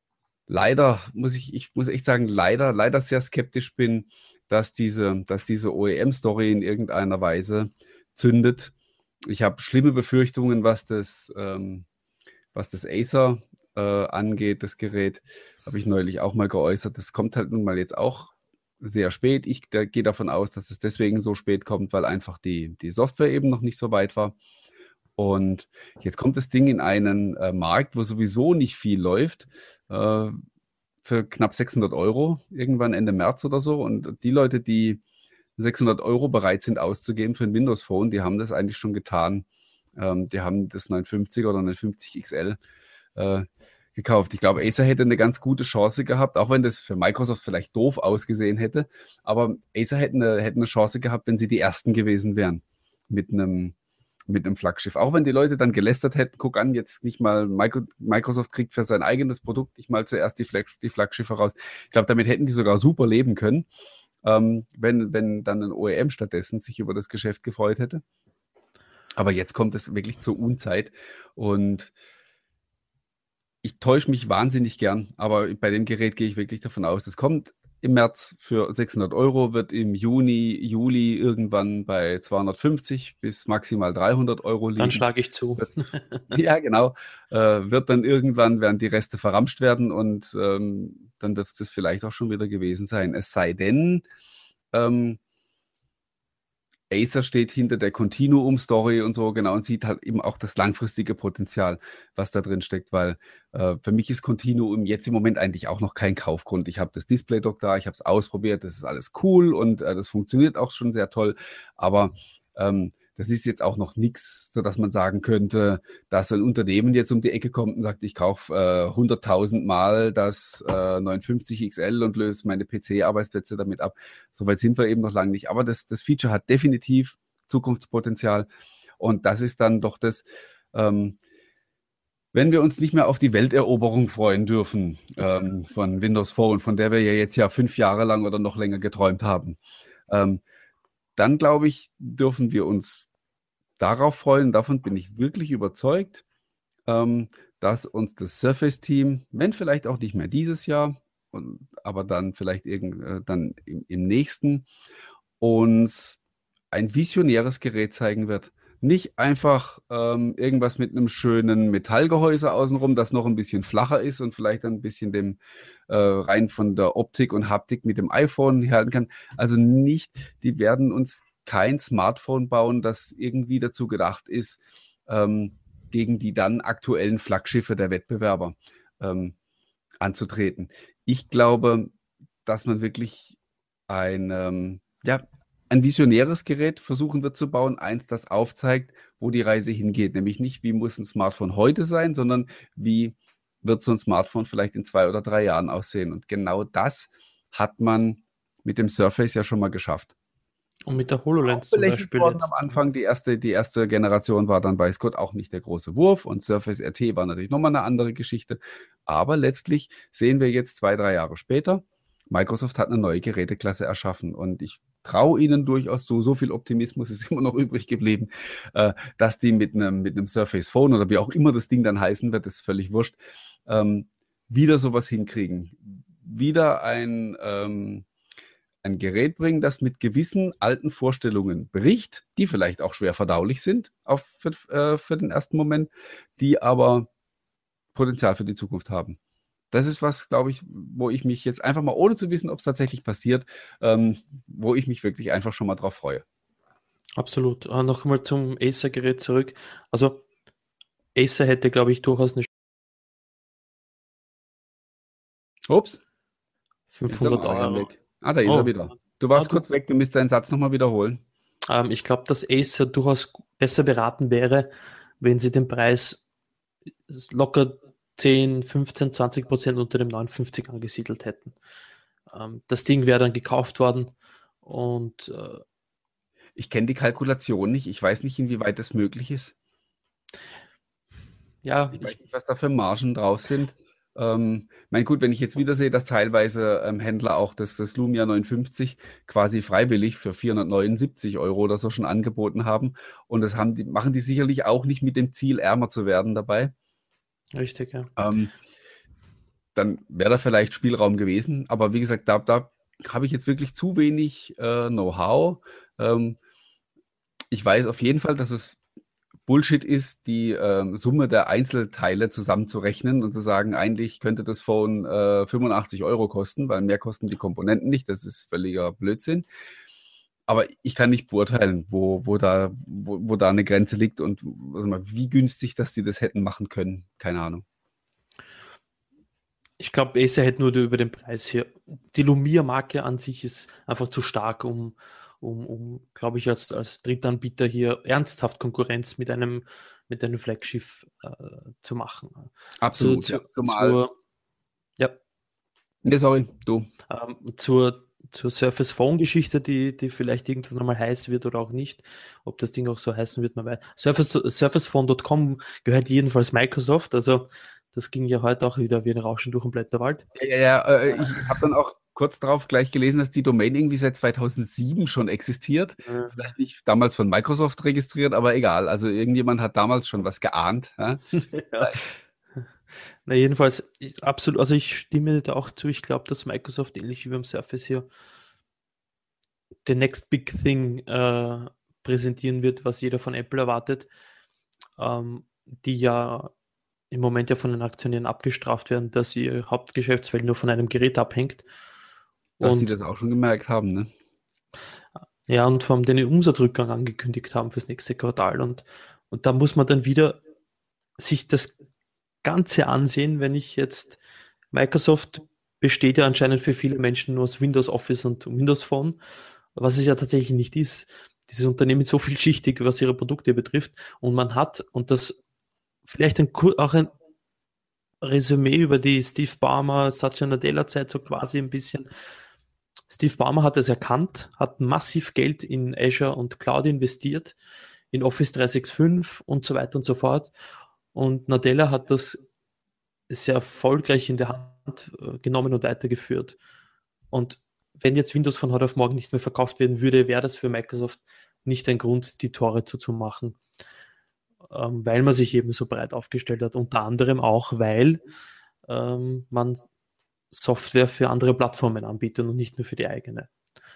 leider, muss ich, ich muss echt sagen, leider, leider sehr skeptisch bin, dass diese, dass diese O E M-Story in irgendeiner Weise zündet. Ich habe schlimme Befürchtungen, was das, ähm, was das Acer äh, angeht, das Gerät, habe ich neulich auch mal geäußert. Das kommt halt nun mal jetzt auch sehr spät. Ich da, gehe davon aus, dass es deswegen so spät kommt, weil einfach die, die Software eben noch nicht so weit war. Und jetzt kommt das Ding in einen äh, Markt, wo sowieso nicht viel läuft, äh, für knapp sechshundert Euro, irgendwann Ende März oder so. Und die Leute, die sechshundert Euro bereit sind auszugeben für ein Windows Phone, die haben das eigentlich schon getan. Ähm, die haben das neunhundertfünfzig oder neunhundertfünfzig X L äh, gekauft. Ich glaube, Acer hätte eine ganz gute Chance gehabt, auch wenn das für Microsoft vielleicht doof ausgesehen hätte. Aber Acer hätte eine, hätte eine Chance gehabt, wenn sie die Ersten gewesen wären mit einem mit einem Flaggschiff. Auch wenn die Leute dann gelästert hätten, guck an, jetzt nicht mal Micro- Microsoft kriegt für sein eigenes Produkt nicht mal zuerst die, Flag die Flaggschiffe raus. Ich glaube, damit hätten die sogar super leben können, ähm, wenn, wenn dann ein O E M stattdessen sich über das Geschäft gefreut hätte. Aber jetzt kommt es wirklich zur Unzeit und ich täusche mich wahnsinnig gern, aber bei dem Gerät gehe ich wirklich davon aus, es kommt im März für sechshundert Euro, wird im Juni, Juli irgendwann bei zweihundertfünfzig bis maximal dreihundert Euro liegen. Dann schlage ich zu. Wird, ja, genau. Äh, wird dann irgendwann, werden die Reste verramscht werden und ähm, dann wird es das vielleicht auch schon wieder gewesen sein. Es sei denn, ähm, Acer steht hinter der Continuum-Story und so, genau, und sieht halt eben auch das langfristige Potenzial, was da drin steckt, weil äh, für mich ist Continuum jetzt im Moment eigentlich auch noch kein Kaufgrund. Ich habe das Display-Dock da, ich habe es ausprobiert, das ist alles cool und äh, das funktioniert auch schon sehr toll, aber ähm, das ist jetzt auch noch nichts, sodass man sagen könnte, dass ein Unternehmen jetzt um die Ecke kommt und sagt, ich kaufe äh, hunderttausend Mal das äh, neunhundertfünfzig X L und löse meine P C-Arbeitsplätze damit ab. Soweit sind wir eben noch lange nicht. Aber das, das Feature hat definitiv Zukunftspotenzial. Und das ist dann doch das, ähm, wenn wir uns nicht mehr auf die Welteroberung freuen dürfen ähm, von Windows Phone, von der wir ja jetzt ja fünf Jahre lang oder noch länger geträumt haben, ähm, dann glaube ich, dürfen wir uns darauf freuen. Davon bin ich wirklich überzeugt, ähm, dass uns das Surface-Team, wenn vielleicht auch nicht mehr dieses Jahr, und, aber dann vielleicht irgend, äh, dann im, im nächsten, uns ein visionäres Gerät zeigen wird. Nicht einfach ähm, irgendwas mit einem schönen Metallgehäuse außenrum, das noch ein bisschen flacher ist und vielleicht ein bisschen dem äh, rein von der Optik und Haptik mit dem iPhone herhalten kann. Also nicht, die werden uns kein Smartphone bauen, das irgendwie dazu gedacht ist, ähm, gegen die dann aktuellen Flaggschiffe der Wettbewerber ähm, anzutreten. Ich glaube, dass man wirklich ein, ähm, ja, ein visionäres Gerät versuchen wird zu bauen, eins, das aufzeigt, wo die Reise hingeht. Nämlich nicht, wie muss ein Smartphone heute sein, sondern wie wird so ein Smartphone vielleicht in zwei oder drei Jahren aussehen. Und genau das hat man mit dem Surface ja schon mal geschafft. Und mit der HoloLens Auch zum belächelt Beispiel worden jetzt. am Anfang. Die erste, die erste Generation war dann bei Scott auch nicht der große Wurf und Surface R T war natürlich nochmal eine andere Geschichte. Aber letztlich sehen wir jetzt zwei, drei Jahre später, Microsoft hat eine neue Geräteklasse erschaffen und ich traue ihnen durchaus zu, so viel Optimismus ist immer noch übrig geblieben, äh, dass die mit einem, mit einem Surface Phone oder wie auch immer das Ding dann heißen wird, ist völlig wurscht, ähm, wieder sowas hinkriegen. Wieder ein, ähm, ein Gerät bringen, das mit gewissen alten Vorstellungen bricht, die vielleicht auch schwer verdaulich sind auf, für, äh, für den ersten Moment, die aber Potenzial für die Zukunft haben. Das ist was, glaube ich, wo ich mich jetzt einfach mal, ohne zu wissen, ob es tatsächlich passiert, ähm, wo ich mich wirklich einfach schon mal drauf freue. Absolut. Äh, Nochmal zum Acer-Gerät zurück. Also Acer hätte, glaube ich, durchaus eine Ups, fünfhundert Euro. weg. Ah, da ist Oh. er wieder. Du warst Ah, du- kurz weg, du müsst deinen Satz nochmal wiederholen. Ähm, ich glaube, dass Acer durchaus besser beraten wäre, wenn sie den Preis locker zehn, fünfzehn, zwanzig Prozent unter dem neunhundertfünfzig angesiedelt hätten. Ähm, das Ding wäre dann gekauft worden und äh, Ich kenne die Kalkulation nicht. Ich weiß nicht, inwieweit das möglich ist. ja, Ich ich, weiß nicht, was da für Margen drauf sind. Ähm, mein gut, wenn ich jetzt wieder sehe, dass teilweise ähm, Händler auch das, das Lumia neunhundertfünfzig quasi freiwillig für vierhundertneunundsiebzig Euro oder so schon angeboten haben. Und das haben die, machen die sicherlich auch nicht mit dem Ziel, ärmer zu werden dabei. richtig, ja. Ähm, dann wäre da vielleicht Spielraum gewesen. Aber wie gesagt, da, da habe ich jetzt wirklich zu wenig äh, Know-how. Ähm, ich weiß auf jeden Fall, dass es Bullshit ist, die ähm, Summe der Einzelteile zusammenzurechnen und zu sagen, eigentlich könnte das Phone äh, fünfundachtzig Euro kosten, weil mehr kosten die Komponenten nicht. Das ist völliger Blödsinn. Aber ich kann nicht beurteilen, wo, wo, da, wo, wo da eine Grenze liegt und also mal, wie günstig, dass die das hätten machen können. Keine Ahnung. Ich glaube, Acer hätte nur über den Preis hier. Die Lumia-Marke an sich ist einfach zu stark, um, um, um glaube ich, als, als Drittanbieter hier ernsthaft Konkurrenz mit einem, mit einem Flaggschiff äh, zu machen. Absolut, Zu, ja. zu, Zumal. zur, ja, Nee, sorry, du. ähm, zur, zur Surface Phone-Geschichte, die, die vielleicht irgendwann einmal heiß wird oder auch nicht. Ob das Ding auch so heißen wird, man weiß. Surface, surface phone Punkt com gehört jedenfalls Microsoft, also das ging ja heute auch wieder wie ein Rauschen durch den Blätterwald. Ja, ja, ja, äh, ich habe dann auch kurz darauf gleich gelesen, dass die Domain irgendwie seit zweitausendsieben schon existiert. Äh, Vielleicht nicht damals von Microsoft registriert, aber egal. Also irgendjemand hat damals schon was geahnt. Ja? ja. Na, jedenfalls, ich, absolut, also ich stimme da auch zu. Ich glaube, dass Microsoft ähnlich wie beim Surface hier the next big thing äh, präsentieren wird, was jeder von Apple erwartet, ähm, die ja im Moment ja von den Aktionären abgestraft werden, dass ihr Hauptgeschäftsfeld nur von einem Gerät abhängt. Dass sie Und das auch schon gemerkt haben, ne? ja, und vor allem den Umsatzrückgang angekündigt haben fürs nächste Quartal. Und, und da muss man dann wieder sich das Ganze ansehen, wenn ich jetzt Microsoft besteht ja anscheinend für viele Menschen nur aus Windows Office und Windows Phone, was es ja tatsächlich nicht ist. Dieses Unternehmen ist so vielschichtig, was ihre Produkte betrifft. Und man hat, und das vielleicht ein, auch ein Resümee über die Steve Ballmer, Satya Nadella-Zeit, so quasi ein bisschen. Steve Ballmer hat es erkannt, hat massiv Geld in Azure und Cloud investiert, in Office dreihundertfünfundsechzig und so weiter und so fort. Und Nadella hat das sehr erfolgreich in der Hand äh, genommen und weitergeführt. Und wenn jetzt Windows von heute auf morgen nicht mehr verkauft werden würde, wäre das für Microsoft nicht ein Grund, die Tore zuzumachen, ähm, weil man sich eben so breit aufgestellt hat. Unter anderem auch, weil ähm, man Software für andere Plattformen anbietet und nicht nur für die eigene.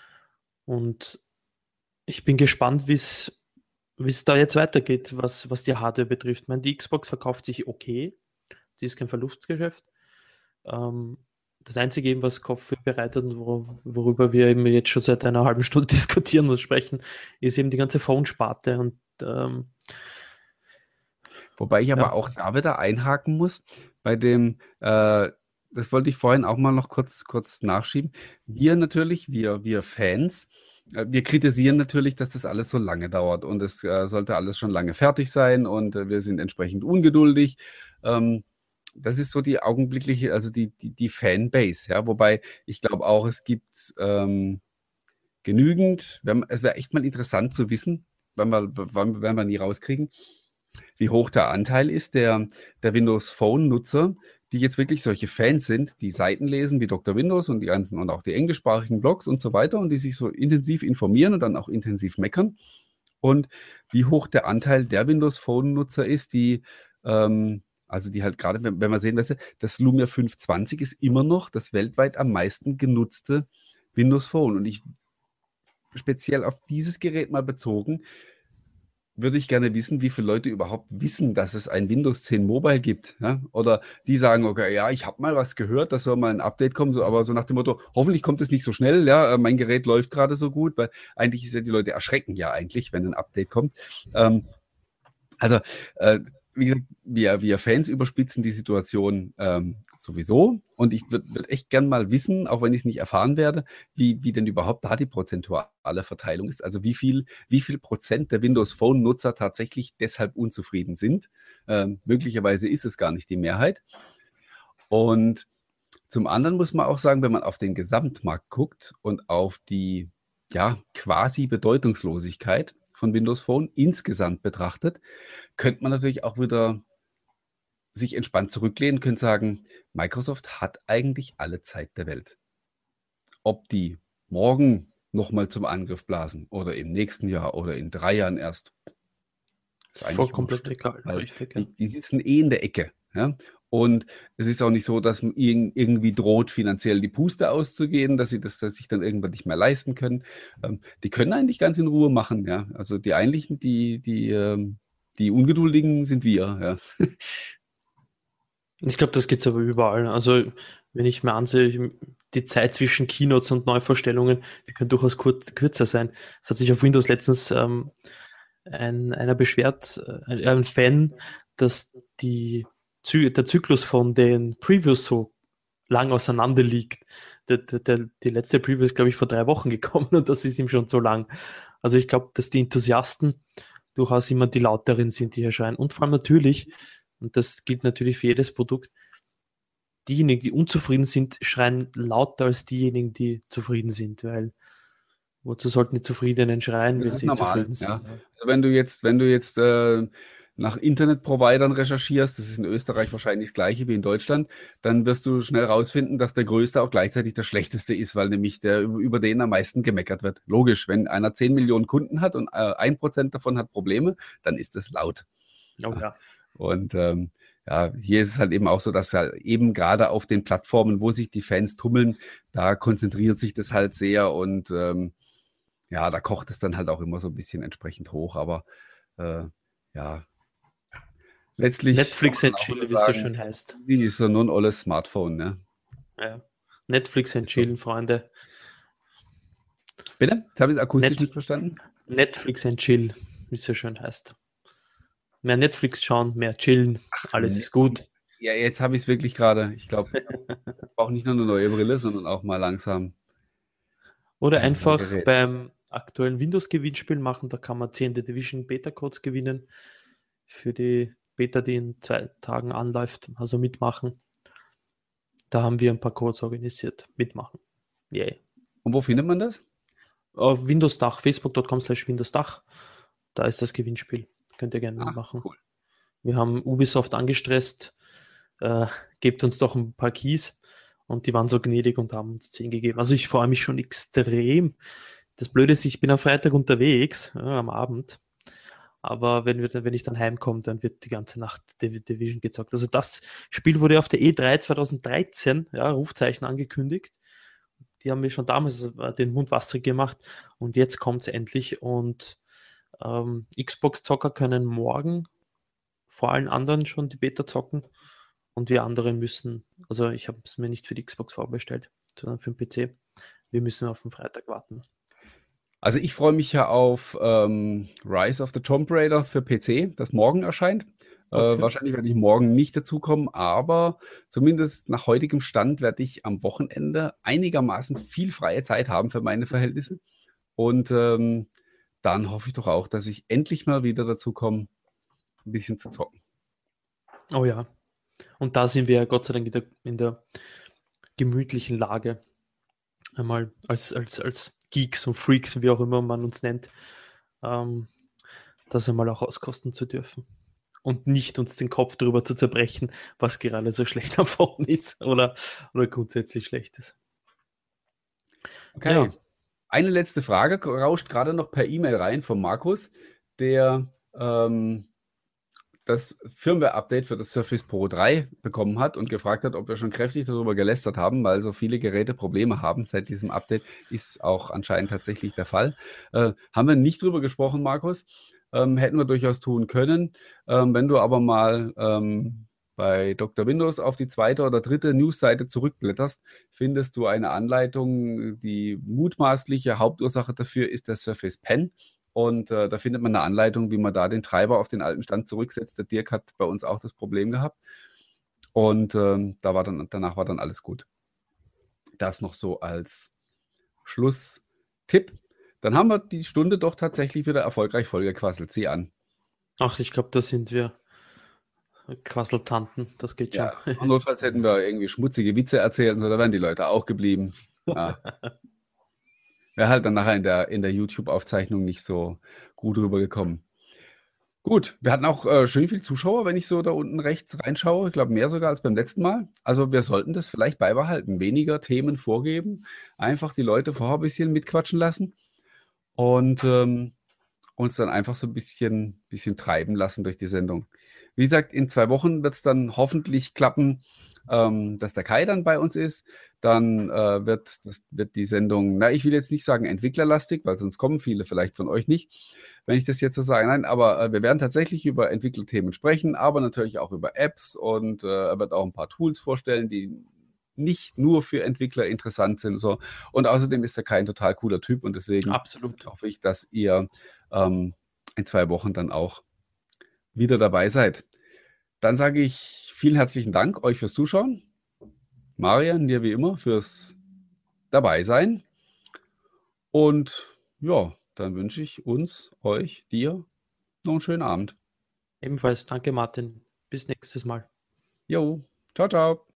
Und ich bin gespannt, wie es wie es da jetzt weitergeht, was, was die Hardware betrifft. Ich meine, die Xbox verkauft sich okay, die ist kein Verlustgeschäft. Ähm, das Einzige eben, was Kopfweh bereitet und wor worüber wir eben jetzt schon seit einer halben Stunde diskutieren und sprechen, ist eben die ganze Phone-Sparte. Und ähm, Wobei ich aber ja. auch da wieder einhaken muss, bei dem, äh, das wollte ich vorhin auch mal noch kurz, kurz nachschieben. Wir natürlich, wir, wir Fans, äh, wir kritisieren natürlich, dass das alles so lange dauert und es äh, sollte alles schon lange fertig sein und äh, wir sind entsprechend ungeduldig. Ähm, das ist so die augenblickliche, also die, die, die Fanbase, ja, wobei ich glaube auch, es gibt ähm, genügend, wenn, es wäre echt mal interessant zu wissen, wenn wir, wenn, werden wir nie rauskriegen, wie hoch der Anteil ist der, der Windows Phone-Nutzer, die jetzt wirklich solche Fans sind, die Seiten lesen wie Doktor Windows und die ganzen und auch die englischsprachigen Blogs und so weiter und die sich so intensiv informieren und dann auch intensiv meckern. Und wie hoch der Anteil der Windows Phone-Nutzer ist, die, ähm, also die halt gerade, wenn, wenn man sehen, weißt du, das Lumia fünf zwanzig ist immer noch das weltweit am meisten genutzte Windows Phone. Und ich speziell auf dieses Gerät mal bezogen, würde ich gerne wissen, wie viele Leute überhaupt wissen, dass es ein Windows zehn Mobile gibt. Ja? Oder die sagen, okay, ja, ich habe mal was gehört, dass soll mal ein Update kommen, so, aber so nach dem Motto, hoffentlich kommt es nicht so schnell, ja, äh, mein Gerät läuft gerade so gut, weil eigentlich ist ja, die Leute erschrecken ja eigentlich, wenn ein Update kommt. Ähm, also, äh, wie gesagt, wir, wir Fans überspitzen die Situation ähm, sowieso. Und ich würde würd echt gern mal wissen, auch wenn ich es nicht erfahren werde, wie, wie denn überhaupt da die prozentuale Verteilung ist. Also wie viel, wie viel Prozent der Windows Phone-Nutzer tatsächlich deshalb unzufrieden sind. Ähm, möglicherweise ist es gar nicht die Mehrheit. Und zum anderen muss man auch sagen, wenn man auf den Gesamtmarkt guckt und auf die ja, quasi Bedeutungslosigkeit von Windows Phone insgesamt betrachtet, könnte man natürlich auch wieder sich entspannt zurücklehnen, könnte sagen, Microsoft hat eigentlich alle Zeit der Welt. Ob die morgen nochmal zum Angriff blasen oder im nächsten Jahr oder in drei Jahren erst, ist eigentlich Vollkommen wurscht, egal, weil richtig. Ja. die, die sitzen eh in der Ecke. Ja? Und es ist auch nicht so, dass man irg- irgendwie droht, finanziell die Puste auszugehen, dass sie das dass sich dann irgendwann nicht mehr leisten können. Ähm, die können eigentlich ganz in Ruhe machen, ja. Also die eigentlichen, die, die, ähm, die Ungeduldigen sind wir, ja. Ich glaube, das geht aber überall. Also, wenn ich mir ansehe, die Zeit zwischen Keynotes und Neuvorstellungen, die kann durchaus kurz, kürzer sein. Es hat sich auf Windows letztens ähm, ein, einer beschwert, äh, ein Fan, dass die, Zy der Zyklus von den Previews so lang auseinander liegt. Der, der, der, die letzte Preview ist, glaube ich, vor drei Wochen gekommen und das ist ihm schon so lang. Also ich glaube, dass die Enthusiasten durchaus immer die lauteren sind, die erscheinen. Und vor allem natürlich, und das gilt natürlich für jedes Produkt, diejenigen, die unzufrieden sind, schreien lauter als diejenigen, die zufrieden sind, weil wozu sollten die Zufriedenen schreien, Das wenn ist sie normal, zufrieden sind? ja. Also wenn du jetzt, wenn du jetzt äh, nach Internetprovidern recherchierst, das ist in Österreich wahrscheinlich das gleiche wie in Deutschland, dann wirst du schnell rausfinden, dass der Größte auch gleichzeitig der Schlechteste ist, weil nämlich der über über den am meisten gemeckert wird. Logisch, wenn einer zehn Millionen Kunden hat und äh, ein Prozent davon hat Probleme, dann ist es laut. Oh Ja. ja. Und ähm, ja, hier ist es halt eben auch so, dass halt eben gerade auf den Plattformen, wo sich die Fans tummeln, da konzentriert sich das halt sehr und ähm, ja, da kocht es dann halt auch immer so ein bisschen entsprechend hoch. Aber äh, ja, letztlich kann Netflix man and dann auch wieder Chill, wie es so sagen, schön heißt. wie ist so nun alles Smartphone, ne? Ja. Netflix and Ist so. Chill, Freunde. Bitte? Jetzt habe ich es akustisch Net nicht verstanden. Netflix and Chill, wie es so schön heißt. Mehr Netflix schauen, mehr chillen, alles ist Netflix. gut. Ja, jetzt habe ich es wirklich gerade. Ich glaube, ich brauche nicht nur eine neue Brille, sondern auch mal langsam Oder äh, ein einfach Gerät. beim aktuellen Windows-Gewinnspiel machen, da kann man zehn The Division Beta-Codes gewinnen für die Beta, die in zwei Tagen anläuft, also mitmachen. Da haben wir ein paar Codes organisiert. Mitmachen. Yeah. Und wo findet man das? Auf Windows Dach, facebook punkt com slash Windows Dach, da ist das Gewinnspiel. Könnt ihr gerne Ah, mitmachen. cool. Wir haben Ubisoft angestresst, äh, gebt uns doch ein paar Keys und die waren so gnädig und haben uns zehn gegeben. Also ich freue mich schon extrem. Das Blöde ist, ich bin am Freitag unterwegs, ja, am Abend. Aber wenn, wir, wenn ich dann heimkomme, dann wird die ganze Nacht Div- Division gezockt. Also das Spiel wurde auf der E drei zwanzig dreizehn, ja, Rufzeichen angekündigt. Die haben mir schon damals äh, den Mund wasserig gemacht und jetzt kommt es endlich. Und ähm, Xbox-Zocker können morgen vor allen anderen schon die Beta zocken und wir anderen müssen, also ich habe es mir nicht für die Xbox vorbestellt, sondern für den P C. Wir müssen auf den Freitag warten. Also ich freue mich ja auf ähm, Rise of the Tomb Raider für P C, das morgen erscheint. Äh, Okay. wahrscheinlich werde ich morgen nicht dazukommen, aber zumindest nach heutigem Stand werde ich am Wochenende einigermaßen viel freie Zeit haben für meine Verhältnisse. Und ähm, dann hoffe ich doch auch, dass ich endlich mal wieder dazu komme, ein bisschen zu zocken. Oh ja. Und da sind wir ja Gott sei Dank in der, in der gemütlichen Lage, einmal als, als, als Geeks und Freaks, wie auch immer man uns nennt, ähm, das einmal auch auskosten zu dürfen. Und nicht uns den Kopf darüber zu zerbrechen, was gerade so schlecht am Phone ist oder, oder grundsätzlich schlecht ist. Okay. Ja, Eine letzte Frage rauscht gerade noch per E-Mail rein von Markus, der ähm, das Firmware-Update für das Surface Pro drei bekommen hat und gefragt hat, ob wir schon kräftig darüber gelästert haben, weil so viele Geräte Probleme haben seit diesem Update. Ist auch anscheinend tatsächlich der Fall. Äh, haben wir nicht drüber gesprochen, Markus. Ähm, hätten wir durchaus tun können. Ähm, wenn du aber mal ähm, bei Doktor Windows auf die zweite oder dritte Newsseite zurückblätterst, findest du eine Anleitung. Die mutmaßliche Hauptursache dafür ist der Surface Pen. Und äh, da findet man eine Anleitung, wie man da den Treiber auf den alten Stand zurücksetzt. Der Dirk hat bei uns auch das Problem gehabt. Und ähm, da war dann, danach war dann alles gut. Das noch so als Schlusstipp. Dann haben wir die Stunde doch tatsächlich wieder erfolgreich vollgequasselt. Sieh an. ach, ich glaube, da sind wir Quasseltanten, das geht schon. Ja, und notfalls hätten wir irgendwie schmutzige Witze erzählt und so, da wären die Leute auch geblieben. Ja. Wäre halt dann nachher in der, in der YouTube-Aufzeichnung nicht so gut rübergekommen. Gut, wir hatten auch äh, schön viel Zuschauer, wenn ich so da unten rechts reinschaue. Ich glaube, mehr sogar als beim letzten Mal. Also wir sollten das vielleicht beibehalten. Weniger Themen vorgeben, einfach die Leute vorher ein bisschen mitquatschen lassen und ähm, uns dann einfach so ein bisschen, bisschen treiben lassen durch die Sendung. Wie gesagt, in zwei Wochen wird es dann hoffentlich klappen, ähm, dass der Kai dann bei uns ist. Dann äh, wird, das, wird die Sendung, na, ich will jetzt nicht sagen entwicklerlastig, weil sonst kommen viele vielleicht von euch nicht, wenn ich das jetzt so sage. Nein, aber äh, wir werden tatsächlich über Entwicklerthemen sprechen, aber natürlich auch über Apps und äh, er wird auch ein paar Tools vorstellen, die nicht nur für Entwickler interessant sind. So. Und außerdem ist der Kai ein total cooler Typ und deswegen Absolut. hoffe ich, dass ihr ähm, in zwei Wochen dann auch wieder dabei seid. Dann sage ich vielen herzlichen Dank euch fürs Zuschauen. Marian, dir wie immer fürs Dabeisein. Und ja, dann wünsche ich uns, euch, dir noch einen schönen Abend. Ebenfalls danke, Martin. Bis nächstes Mal. Jo, ciao, ciao.